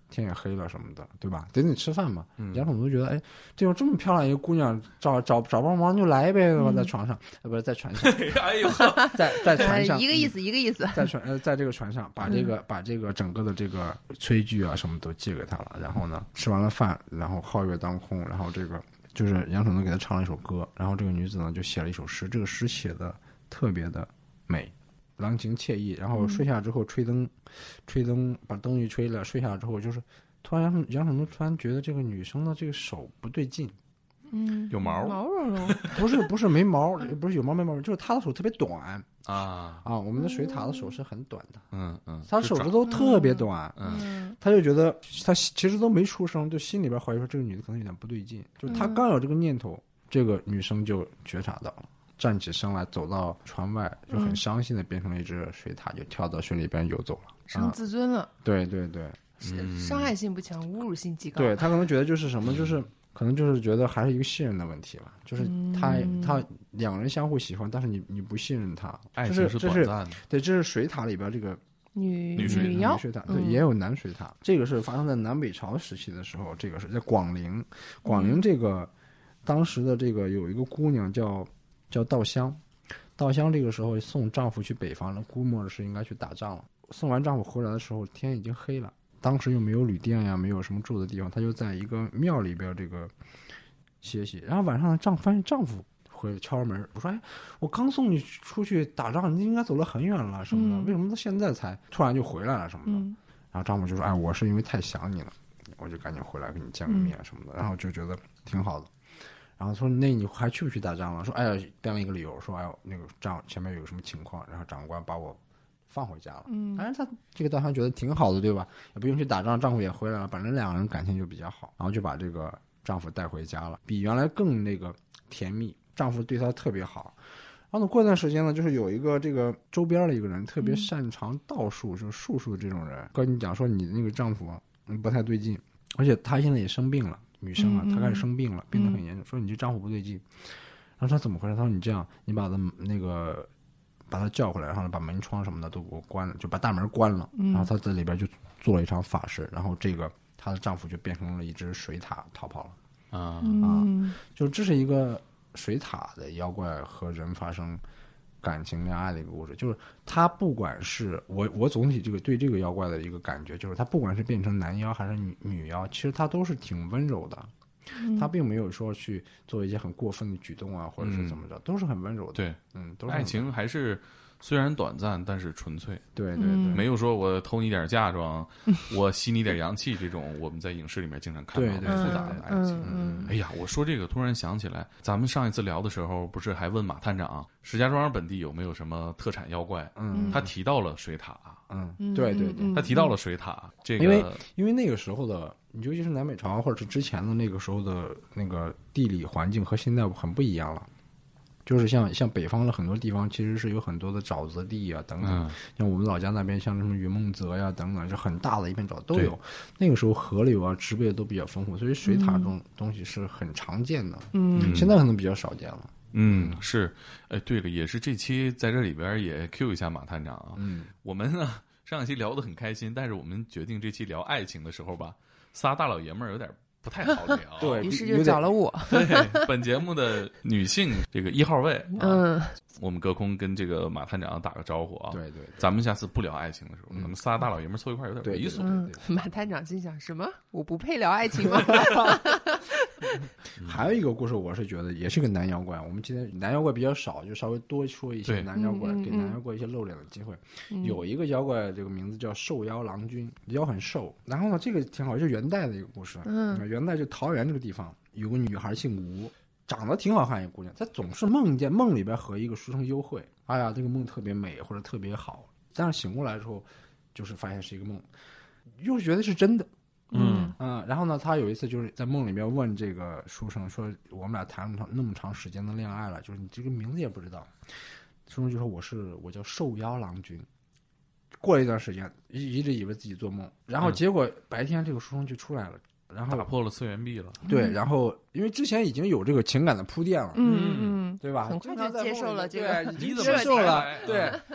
天也黑了什么的，对吧？得你吃饭嘛。 嗯、 杨总都觉得，哎，这种这么漂亮一个姑娘，找找找帮忙就来呗，对吧？在床上，呃，不是在船上， 哎呦， 在在船上， 一个意思，一个意思， 在船呃，在这个船上，把这个、嗯、把这个整个的这个炊具啊什么都借给他了。然后呢，吃完了饭，然后皓月当空，然后这个就是杨守能给他唱了一首歌，然后这个女子呢就写了一首诗，这个诗写的特别的美。郎情惬意，然后睡下之后吹灯，嗯、吹灯把灯一吹了，睡下之后就是突然杨杨守能突然觉得这个女生的这个手不对劲， 嗯， 有毛毛茸茸， 不是不是没毛，不是有毛没毛，就是她的手特别短啊啊，我们的水獭的手是很短的， 嗯嗯， 她手指头特别短， 嗯， 他就觉得他其实都没出声，就心里边怀疑说这个女的可能有点不对劲，就是他刚有这个念头，嗯、这个女生就觉察到了。站起身来，走到船外，就很伤心的变成了一只水獭，就跳到水里边游走了， 伤自尊了。 啊、对对对， 伤害性不强，侮辱性极高。 对他可能觉得就是什么，就是可能就是觉得还是一个信任的问题吧，就是他、嗯、他两人相互喜欢，但是你你不信任他， 爱情是短暂的。 对，这是水獭里边这个女女水女妖水獭，对，也有男水獭。这个是发生在南北朝时期的时候，这个是在广陵，广陵这个、嗯、当时的这个有一个姑娘叫叫稻香。稻香这个时候送丈夫去北方了，估摸着是应该去打仗了。送完丈夫回来的时候，天已经黑了，当时又没有旅店呀，没有什么住的地方，她就在一个庙里边这个歇息。然后晚上丈夫发现丈夫回敲门，我说：“哎，我刚送你出去打仗，你应该走了很远了什么的，嗯、为什么到现在才突然就回来了什么的？”嗯、然后丈夫就说：“哎，我是因为太想你了，我就赶紧回来跟你见个面什么的。嗯”然后就觉得挺好的。然后说那你还去不去打仗了？说哎呀，编了一个理由，说哎呦那个仗前面有什么情况，然后长官把我放回家了。嗯，反正他这个稻香觉得挺好的，对吧？也不用去打仗，丈夫也回来了，反正两个人感情就比较好，然后就把这个丈夫带回家了，比原来更那个甜蜜。丈夫对她特别好。然后呢，过一段时间呢，就是有一个这个周边的一个人特别擅长道术，嗯、就是术数这种人，跟你讲说你那个丈夫嗯不太对劲，而且他现在也生病了。女生啊，她开始生病了，病得很严重，说你这丈夫不对劲。然后她怎么回事？她说你这样，你把他那个把他叫回来，然后把门窗什么的都给我关了，就把大门关了。然后她在里边就做了一场法事，然后这个她的丈夫就变成了一只水獭逃跑了。啊啊，就这是一个水獭的妖怪和人发生感情恋爱的一个故事。就是他不管是我我总体这个对这个妖怪的一个感觉，就是他不管是变成男妖还是女女妖，其实他都是挺温柔的，嗯、他并没有说去做一些很过分的举动啊，或者是怎么着，嗯、都是很温柔的。 对， 嗯，都是爱情还是虽然短暂，但是纯粹。 对对对， 没有说我偷你点嫁妆，嗯、我吸你点阳气这种，我们在影视里面经常看到很复杂的爱情。 嗯， 哎呀，我说这个突然想起来，咱们上一次聊的时候，不是还问马探长石家庄本地有没有什么特产妖怪？ 嗯， 他提到了水獭。 嗯，对对对， 他提到了水獭。这个因为因为那个时候的，尤其是南北朝或者是之前的那个时候的那个地理环境和现在很不一样了。就是像像北方的很多地方，其实是有很多的沼泽地啊等等，嗯、像我们老家那边，像什么云梦泽呀等等，是很大的一片沼都有。那个时候河流啊、植被也都比较丰富，所以水獭这种东西是很常见的。 嗯， 现在可能比较少见了。 嗯，是。哎，对了，也是这期在这里边也 Q 一下马探长啊。 嗯， 我们呢上一期聊得很开心，但是我们决定这期聊爱情的时候吧，仨大老爷们儿有点不太好聊。 对， 于是就找了我。 对，本节目的女性这个一号位， 嗯、 啊，我们隔空跟这个马探长打个招呼啊。 对 对, 对， 咱们下次不聊爱情的时候， 嗯、 咱们仨大老爷们凑一块有点猥琐。 嗯、马探长心想：什么？我不配聊爱情吗？ 还有一个故事，我是觉得也是个男妖怪。我们今天男妖怪比较少，就稍微多说一些男妖怪，给男妖怪一些露脸的机会。 嗯、 有一个妖怪，这个名字叫瘦妖郎君，腰很瘦。然后呢，这个挺好，就是元代的一个故事。 嗯， 元代就桃园这个地方有个女孩姓吴，长得挺好看一个姑娘，她总是梦见梦里边和一个书生幽会。哎呀，这个梦特别美或者特别好，但是醒过来之后，就是发现是一个梦，又觉得是真的。 嗯嗯，然后呢，他有一次就是在梦里面问这个书生说：“我们俩谈了那么长时间的恋爱了，就是你这个名字也不知道。”书生就说：“我是我叫瘦妖郎君。”过了一段时间，一一直以为自己做梦，然后结果白天这个书生就出来了，然后打破了次元壁了。 对，然后因为之前已经有这个情感的铺垫了， 嗯嗯， 对吧？ 很快就接受了这个， 对，已经接受了，对。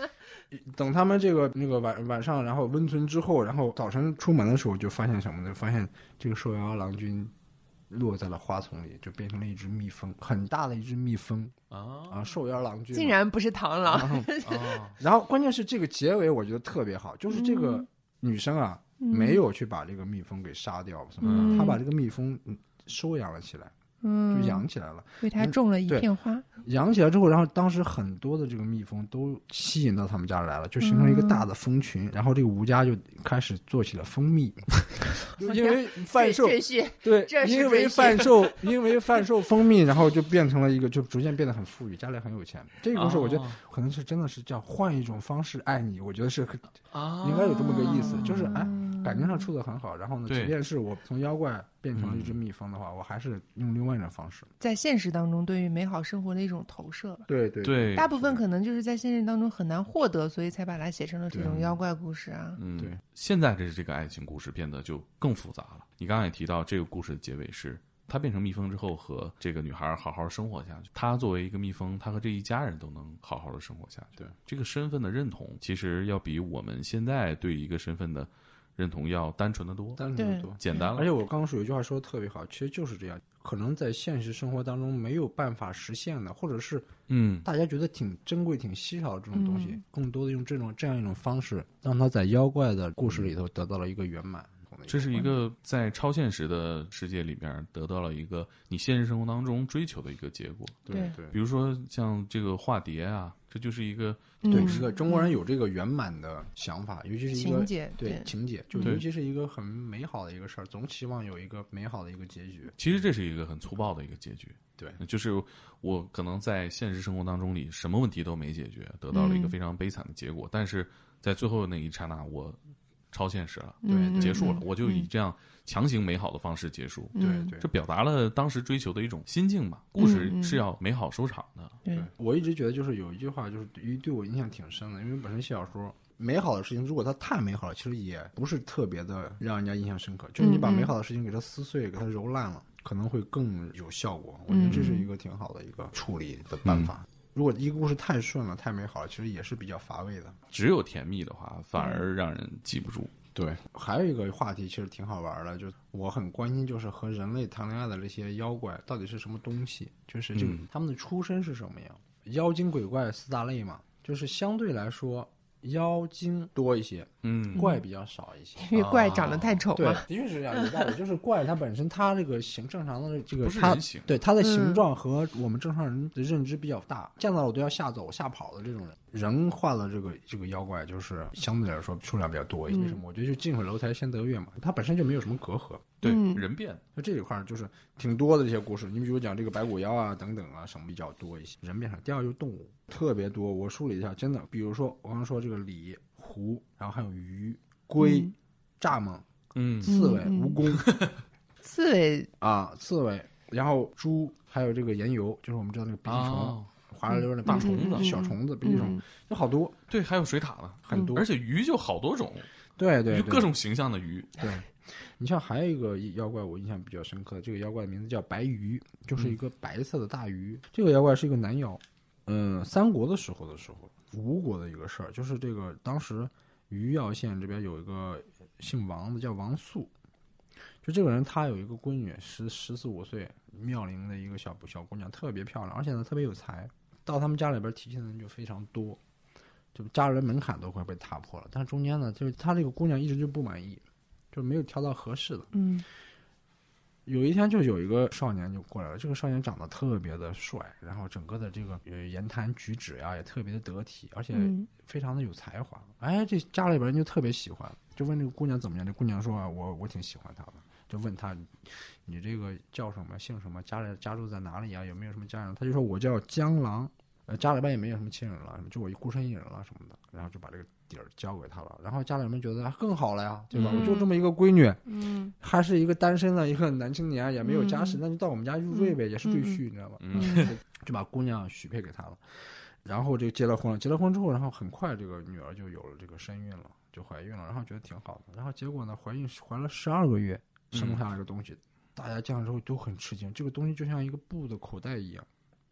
等他们这个那个晚晚上，然后温存之后，然后早晨出门的时候就发现什么呢？发现这个受摇郎君落在了花丛里，就变成了一只蜜蜂，很大的一只蜜蜂啊啊！受摇郎君竟然不是螳螂啊！然后关键是这个结尾我觉得特别好，就是这个女生啊、嗯、没有去把这个蜜蜂给杀掉什么的，嗯、她把这个蜜蜂收养了起来。嗯，就养起来了， 为它种了一片花。 养起来之后，然后当时很多的这个蜜蜂都吸引到他们家来了，就形成一个大的蜂群。嗯、然后这个吴家就开始做起了蜂蜜，因为贩售对，因为贩售因为贩售蜂蜜，然后就变成了一个，就逐渐变得很富裕，家里很有钱。这个故事我觉得可能是真的是叫换一种方式爱你，我觉得是啊，应该有这么个意思，就是哎。感情上处得很好，然后呢，即便是我从妖怪变成了一只蜜蜂的话，嗯、我还是用另外一种方式， 在现实当中对于美好生活的一种投射。 对对对， 大部分可能就是在现实当中很难获得，所以才把它写成了这种妖怪故事啊。 嗯，对。现在这这个爱情故事变得就更复杂了。你刚才也提到，这个故事的结尾是他变成蜜蜂之后和这个女孩好好生活下去。他作为一个蜜蜂，他和这一家人都能好好的生活下去。对，这个身份的认同，其实要比我们现在对一个身份的认同要单纯的多， 单纯的多， 简单了。 而且我刚刚说有一句话说的特别好，其实就是这样，可能在现实生活当中没有办法实现的，或者是嗯，大家觉得挺珍贵、挺稀少的这种东西，嗯、更多的用这种这样一种方式，让它在妖怪的故事里头得到了一个圆满。 这是一个在超现实的世界里边得到了一个你现实生活当中追求的一个结果。 对对， 比如说像这个化蝶啊，这就是一个对一个中国人有这个圆满的想法，尤其是一个情节， 对情节，就尤其是一个很美好的一个事儿，总期望有一个美好的一个结局。 其实这是一个很粗暴的一个结局。 对， 就是我可能在现实生活当中里什么问题都没解决，得到了一个非常悲惨的结果，嗯、但是在最后那一刹那我超现实了，对， 嗯、 结束了，我就以这样强行美好的方式结束， 对对， 这表达了当时追求的一种心境嘛。故事是要美好收场的。 对， 我一直觉得就是有一句话，就是对我印象挺深的，因为本身写小说，美好的事情如果它太美好了，其实也不是特别的让人家印象深刻。就是你把美好的事情给它撕碎，给它揉烂了，可能会更有效果。我觉得这是一个挺好的一个处理的办法。嗯，如果一个故事太顺了、太美好了，其实也是比较乏味的。 只有甜蜜的话，反而让人记不住。嗯、 对，还有一个话题其实挺好玩的，就是我很关心，就是和人类谈恋爱的这些妖怪到底是什么东西，就是这个、嗯、他们的出身是什么样？妖精鬼怪四大类嘛，就是相对来说妖精多一些，嗯，怪比较少一些， 因为怪长得太丑嘛。 对，的确是这样，有道理。就是怪它本身它这个形正常的这个不是人形， 对它的形状和我们正常人的认知比较大，见到我都要吓走吓跑的这种人。人画的这个这个妖怪就是相对来说数量比较多一些。为什么？我觉得就近水楼台先得月嘛，它本身就没有什么隔阂。 对，嗯、人变。 那这一块就是挺多的这些故事，你比如讲这个白骨妖啊等等啊什么比较多一些，人变成。第二就是动物特别多，我梳理一下，真的，比如说我刚刚说这个鲤、狐，然后还有鱼、龟、嗯、蚱蜢、嗯、刺猬、蜈蚣， 刺猬啊，刺猬，然后猪，还有这个岩游，就是我们知道那个鼻涕虫。哦，滑溜溜的大虫子、小虫子、鼻涕虫，有好多。 对，还有水獭呢， 很多。 而且鱼就好多种， 对对， 各种形象的鱼。 对，你像还有一个妖怪，我印象比较深刻的，这个妖怪的名字叫白鱼，就是一个白色的大鱼。这个妖怪是一个男妖。嗯，三国的时候的时候，吴国的一个事儿，就是这个当时余姚县这边有一个姓王的叫王肃。就这个人，他有一个闺女，十十四五岁，妙龄的一个小小姑娘，特别漂亮，而且呢特别有才。到他们家里边提亲的人就非常多，就家人门槛都快被踏破了。但是中间呢，就是他这个姑娘一直就不满意，就没有挑到合适的。 嗯， 有一天就有一个少年就过来了，这个少年长得特别的帅，然后整个的这个言谈举止呀也特别的得体，而且非常的有才华。嗯、哎，这家里边人就特别喜欢，就问这个姑娘怎么样。这姑娘说啊，我我挺喜欢他的。就问他，你这个叫什么，姓什么，家里家住在哪里啊？有没有什么家人？他就说我叫江郎，呃，家里边也没有什么亲人了，就我一孤身一人了什么的。然后就把这个底儿交给他了。然后家里面觉得更好了呀，对吧？嗯、我就这么一个闺女，嗯，还是一个单身的一个男青年，也没有家室，嗯、那就到我们家入赘呗，嗯、也是对婿，你知道吗？嗯，就把姑娘许配给他了。然后这结了婚了，结了婚之后，然后很快这个女儿就有了这个身孕了，就怀孕了，然后觉得挺好的。然后结果呢，怀孕怀了十二个月。生下来个东西，嗯、大家见了之后都很吃惊。这个东西就像一个布的口袋一样，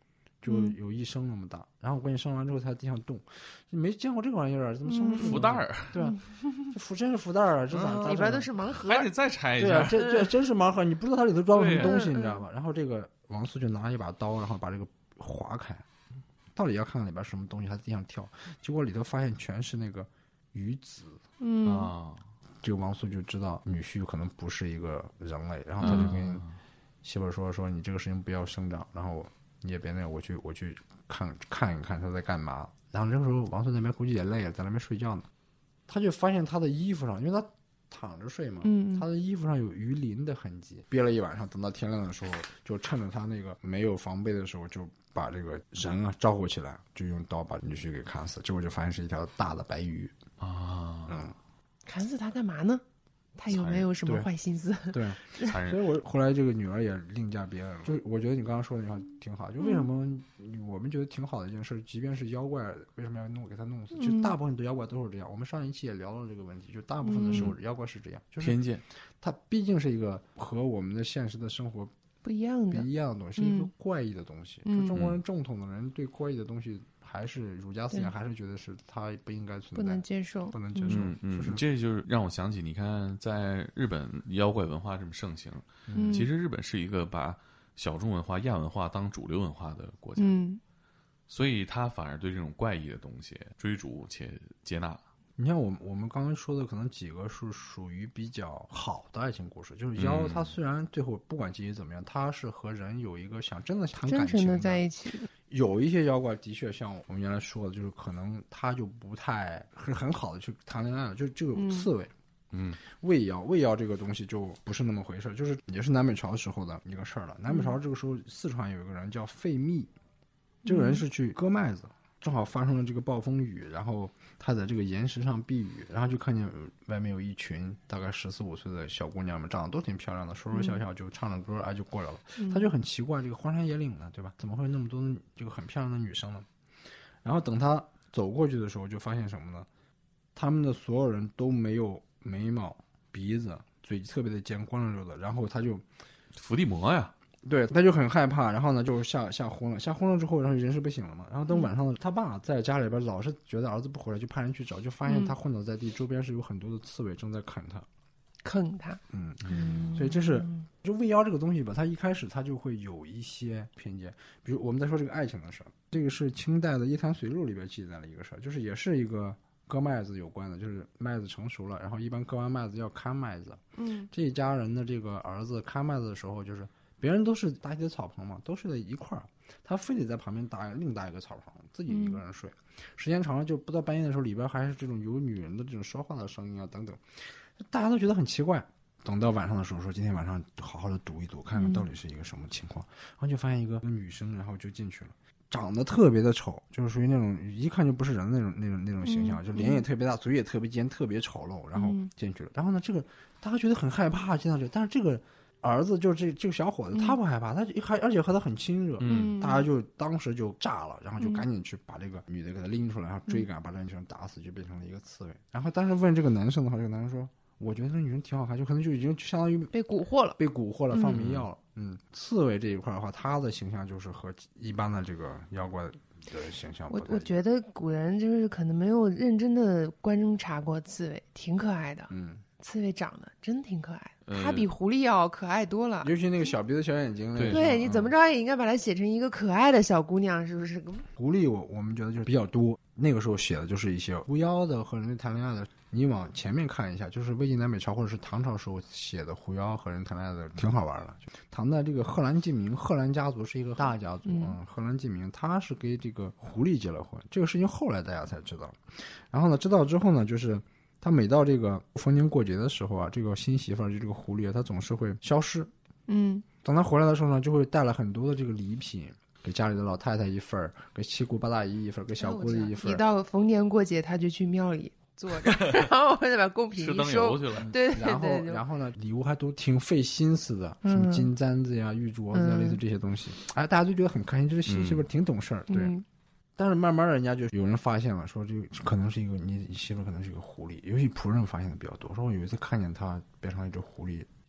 就有一升那么大，嗯、然后我给你生完之后，它在地上动，你没见过这个玩意儿，怎么生出福袋儿？ 对吧？这福真是福袋儿啊，这咋、 嗯、里边都是盲盒， 还得再拆一下。 对啊，这这真是盲盒，你不知道它里头装了什么东西，你知道吧？然后这个王素就拿一把刀，然后把这个划开，到底要看看里边什么东西，他在地上跳，结果里头发现全是那个鱼籽， 嗯啊， 这个王素就知道女婿可能不是一个人类，然后他就跟媳妇说说你这个事情不要声张，然后你也别那样，我去我去看看一看他在干嘛。然后这个时候王素那边估计也累了，在那边睡觉呢，他就发现他的衣服上，因为他躺着睡嘛， 嗯， 他的衣服上有鱼鳞的痕迹，憋了一晚上，等到天亮的时候，就趁着他那个没有防备的时候，就把这个人啊招呼起来，就用刀把女婿给砍死，结果就发现是一条大的白鱼啊， 嗯， 砍死他干嘛呢？他有没有什么坏心思？ 对， 残忍。 所以我后来这个女儿也另嫁别人了。就是我觉得你刚刚说的那话挺好，就为什么我们觉得挺好的一件事，即便是妖怪，为什么要弄给他弄死？就大部分的妖怪都是这样。我们上一期也聊了这个问题，就大部分的时候妖怪是这样，就是偏见。 它毕竟是一个和我们的现实的生活不一样的不一样的东西，是一个怪异的东西。 嗯、 就中国人正统的人对怪异的东西。还是儒家思想，还是觉得是它不应该存在， 不能接受， 不能接受。 嗯嗯， 就是这就是让我想起，你看，在日本妖怪文化这么盛行， 嗯， 其实日本是一个把小众文化、亚文化当主流文化的国家， 嗯， 所以他反而对这种怪异的东西追逐且接纳。 你像我们我们刚刚说的，可能几个是属于比较好的爱情故事，就是妖，它虽然最后不管结局怎么样，它是和人有一个想真的谈感情真诚的在一起的。 有一些妖怪的确像我们原来说的，就是可能他就不太是很好的去谈恋爱了，就这个刺猬， 嗯， 魏妖，魏妖这个东西就不是那么回事，就是也是南北朝时候的一个事儿了。南北朝这个时候，四川有一个人叫费密，这个人是去割麦子。正好发生了这个暴风雨，然后他在这个岩石上避雨，然后就看见外面有一群大概十四五岁的小姑娘们，长得都挺漂亮的，说说笑笑就唱着歌，哎就过来了。 嗯、 他就很奇怪，这个荒山野岭呢，对吧？怎么会那么多这个很漂亮的女生呢？然后等他走过去的时候，就发现什么呢？他们的所有人都没有眉毛、鼻子、嘴特别的尖，光溜溜的。然后他就伏地魔呀。 对，他就很害怕，然后呢就吓吓昏了，吓昏了之后，然后人事不省了嘛。然后等晚上了，他爸在家里边老是觉得儿子不回来，就派人去找，就发现他昏倒在地，周边是有很多的刺猬正在啃他， 啃他。 嗯嗯，所以这是就未妖这个东西吧，它一开始它就会有一些偏见。比如我们在说这个爱情的事儿，这个是清代的《夜谈随录》里边记载了一个事儿，就是也是一个割麦子有关的，就是麦子成熟了，然后一般割完麦子要看麦子， 嗯， 这一家人的这个儿子看麦子的时候，就是。别人都是搭起的草棚嘛，都睡在一块儿，他非得在旁边搭另搭一个草棚，自己一个人睡。嗯、时间长了，就不到半夜的时候，里边还是这种有女人的这种说话的声音啊等等，大家都觉得很奇怪。等到晚上的时候，说今天晚上好好的读一读，看看到底是一个什么情况，嗯、然后就发现一个女生，然后就进去了，长得特别的丑，就是属于那种一看就不是人的那种那种那种形象， 嗯、 就脸也特别大，嘴也特别尖，特别丑陋，然后进去了。然后呢，这个大家觉得很害怕进到这，但是这个。儿子就是这这个小伙子，他不害怕，他还而且和他很亲热， 嗯， 大家就当时就炸了，然后就赶紧去把这个女的给他拎出来，然后追赶，把这个女生打死，就变成了一个刺猬。然后当时问这个男生的话，这个男生说：“我觉得这女生挺好看，就可能就已经相当于被蛊惑了， 被蛊惑了，放迷药了。”嗯，刺猬这一块的话，他的形象就是和一般的这个妖怪的形象不太一样。 我我觉得古人就是可能没有认真的观察过刺猬，挺可爱的。 嗯。 刺猬长得真挺可爱的，它比狐狸要可爱多了。 尤其那个小鼻子小眼睛那个， 对，你怎么着也应该把它写成一个可爱的小姑娘，是不是？ 狐狸我我们觉得就是比较多，那个时候写的就是一些狐妖的和人类谈恋爱的。你往前面看一下，就是魏晋南北朝或者是唐朝时候写的狐妖和人谈恋爱的，挺好玩的。唐代这个贺兰进明，贺兰家族是一个大家族啊、嗯，贺兰进明他是跟这个狐狸结了婚，这个事情后来大家才知道。然后呢，知道之后呢，就是他每到这个逢年过节的时候啊，这个新媳妇儿就这个狐狸，他总是会消失。 嗯， 等他回来的时候呢，就会带了很多的这个礼品，给家里的老太太一份儿，给七姑八大姨一份儿，给小姑子一份儿。 一到逢年过节，他就去庙里坐着，然后再把贡品一收去了。 对对对， 然后然后呢，礼物还都挺费心思的，什么金簪子呀、玉镯子呀，类似这些东西。哎，大家都觉得很开心，这媳妇儿挺懂事儿，对。 嗯， 但是慢慢人家就有人发现了，说这个可能是一个你媳妇可能是一个狐狸，尤其仆人发现的比较多。说我有一次看见他变成一只狐狸，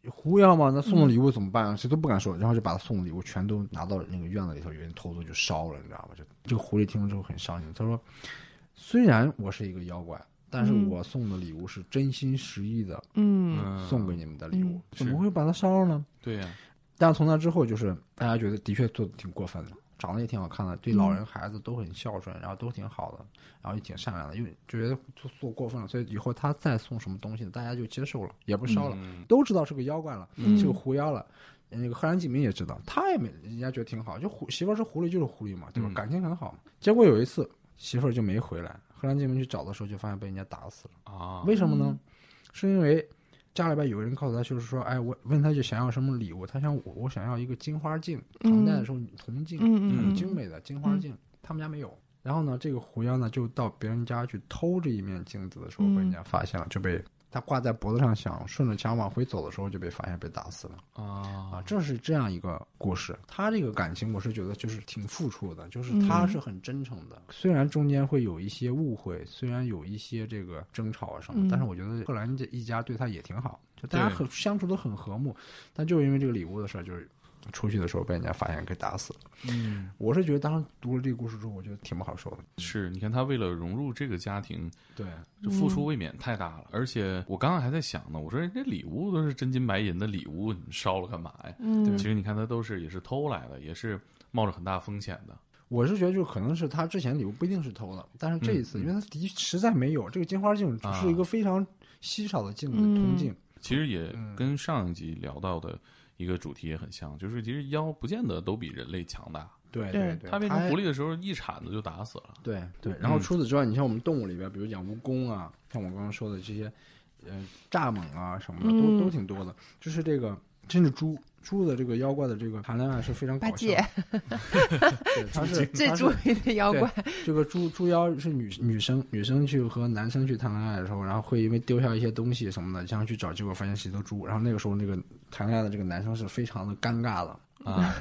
狐妖嘛，那送的礼物怎么办啊？谁都不敢说，然后就把他送的礼物全都拿到那个院子里头，有人偷偷就烧了，你知道吗？就这个狐狸听了之后很伤心，他说：“虽然我是一个妖怪，但是我送的礼物是真心实意的，嗯，送给你们的礼物，怎么会把它烧了呢？” 对呀。 但是从那之后，就是大家觉得的确做的挺过分的，长得也挺好看的，对老人孩子都很孝顺，然后都挺好的，然后也挺善良的，因为就觉得做做过分了，所以以后他再送什么东西，大家就接受了，也不烧了，嗯、都知道是个妖怪了，嗯、是个狐妖了。那个贺兰济明也知道，他也没人家觉得挺好，就狐媳妇儿是狐狸就是狐狸嘛，对吧？嗯、感情很好嘛。结果有一次媳妇儿就没回来，贺兰济明去找的时候就发现被人家打死了啊！为什么呢？是因为家里边有人告诉他，就是说，哎，我问他就想要什么礼物，他想我我想要一个金花镜，唐代的时候铜镜，嗯、很精美的金花镜，嗯、他们家没有。然后呢，这个狐妖呢就到别人家去偷这一面镜子的时候，被人家发现了，就被他挂在脖子上，想顺着墙往回走的时候，就被发现被打死了啊！啊，这是这样一个故事。他这个感情，我是觉得就是挺付出的，就是他是很真诚的。嗯、虽然中间会有一些误会，虽然有一些这个争吵啊什么，嗯、但是我觉得贺兰这一家对他也挺好，就大家很相处都很和睦。但就因为这个礼物的事儿，就是出去的时候被人家发现给打死了。嗯，我是觉得当时读了这个故事之后，我觉得挺不好受的。 是，你看他为了融入这个家庭， 对， 这付出未免太大了。嗯、而且我刚刚还在想呢，我说这礼物都是真金白银的礼物，你烧了干嘛呀？嗯，其实你看他都是也是偷来的，也是冒着很大风险的。 我是觉得就可能是他之前礼物不一定是偷的，但是这一次，嗯、因为他的实在没有这个金花镜，只是一个非常稀少的镜子，啊、铜镜。嗯、 其实也跟上一集聊到的一个主题也很像，就是其实妖不见得都比人类强大。 对对对， 他变成狐狸的时候，一铲子就打死了。 对对，然后除此之外，你像我们动物里边，比如养蜈蚣啊，像我刚刚说的这些，呃，蚱蜢啊什么的，都都挺多的。就是这个，甚至猪。猪的这个妖怪的这个谈恋爱是非常搞笑的，对，他是这猪里的妖怪。 这个猪猪妖是女女生，女生去和男生去谈恋爱的时候，然后会因为丢下一些东西什么的，这样去找，结果发现是一头猪。然后那个时候，那个谈恋爱的这个男生是非常的尴尬的啊。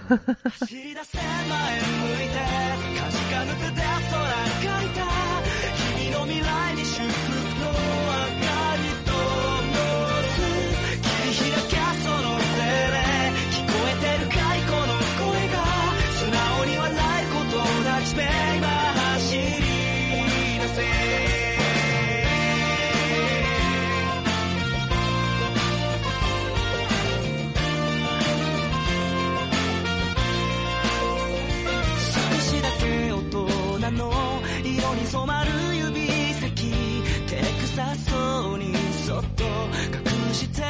染まる指先照れくさそうにそっと隠して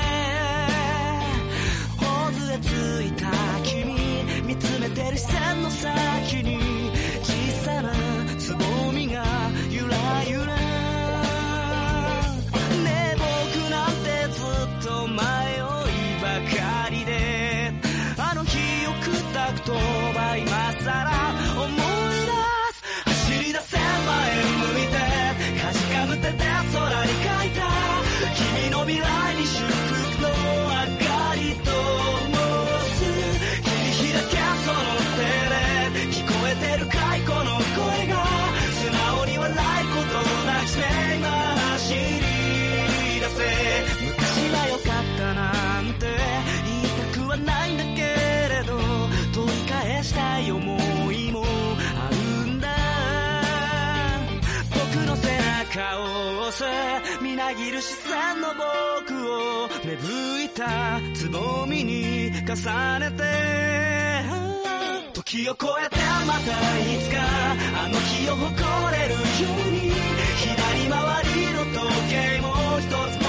頬杖ついた君見つめてる視線の先に小さなつぼみがゆらゆらねえ僕なんてずっと迷いばかりであの日をくたくとば今さら思い手で空に書いた君の未来に祝福の明かりと灯す切り開けその手で聞こえてる太鼓の声が素直に笑いことなくして今走り出せ昔は良かったなんて言いたくはないんだけれど取り返したい思いもあるんだ僕の背中を押せみなぎる視線の僕を芽吹いたつぼみに重ねて時を超えてまたいつかあの日を誇れるように左回りの時計も一つ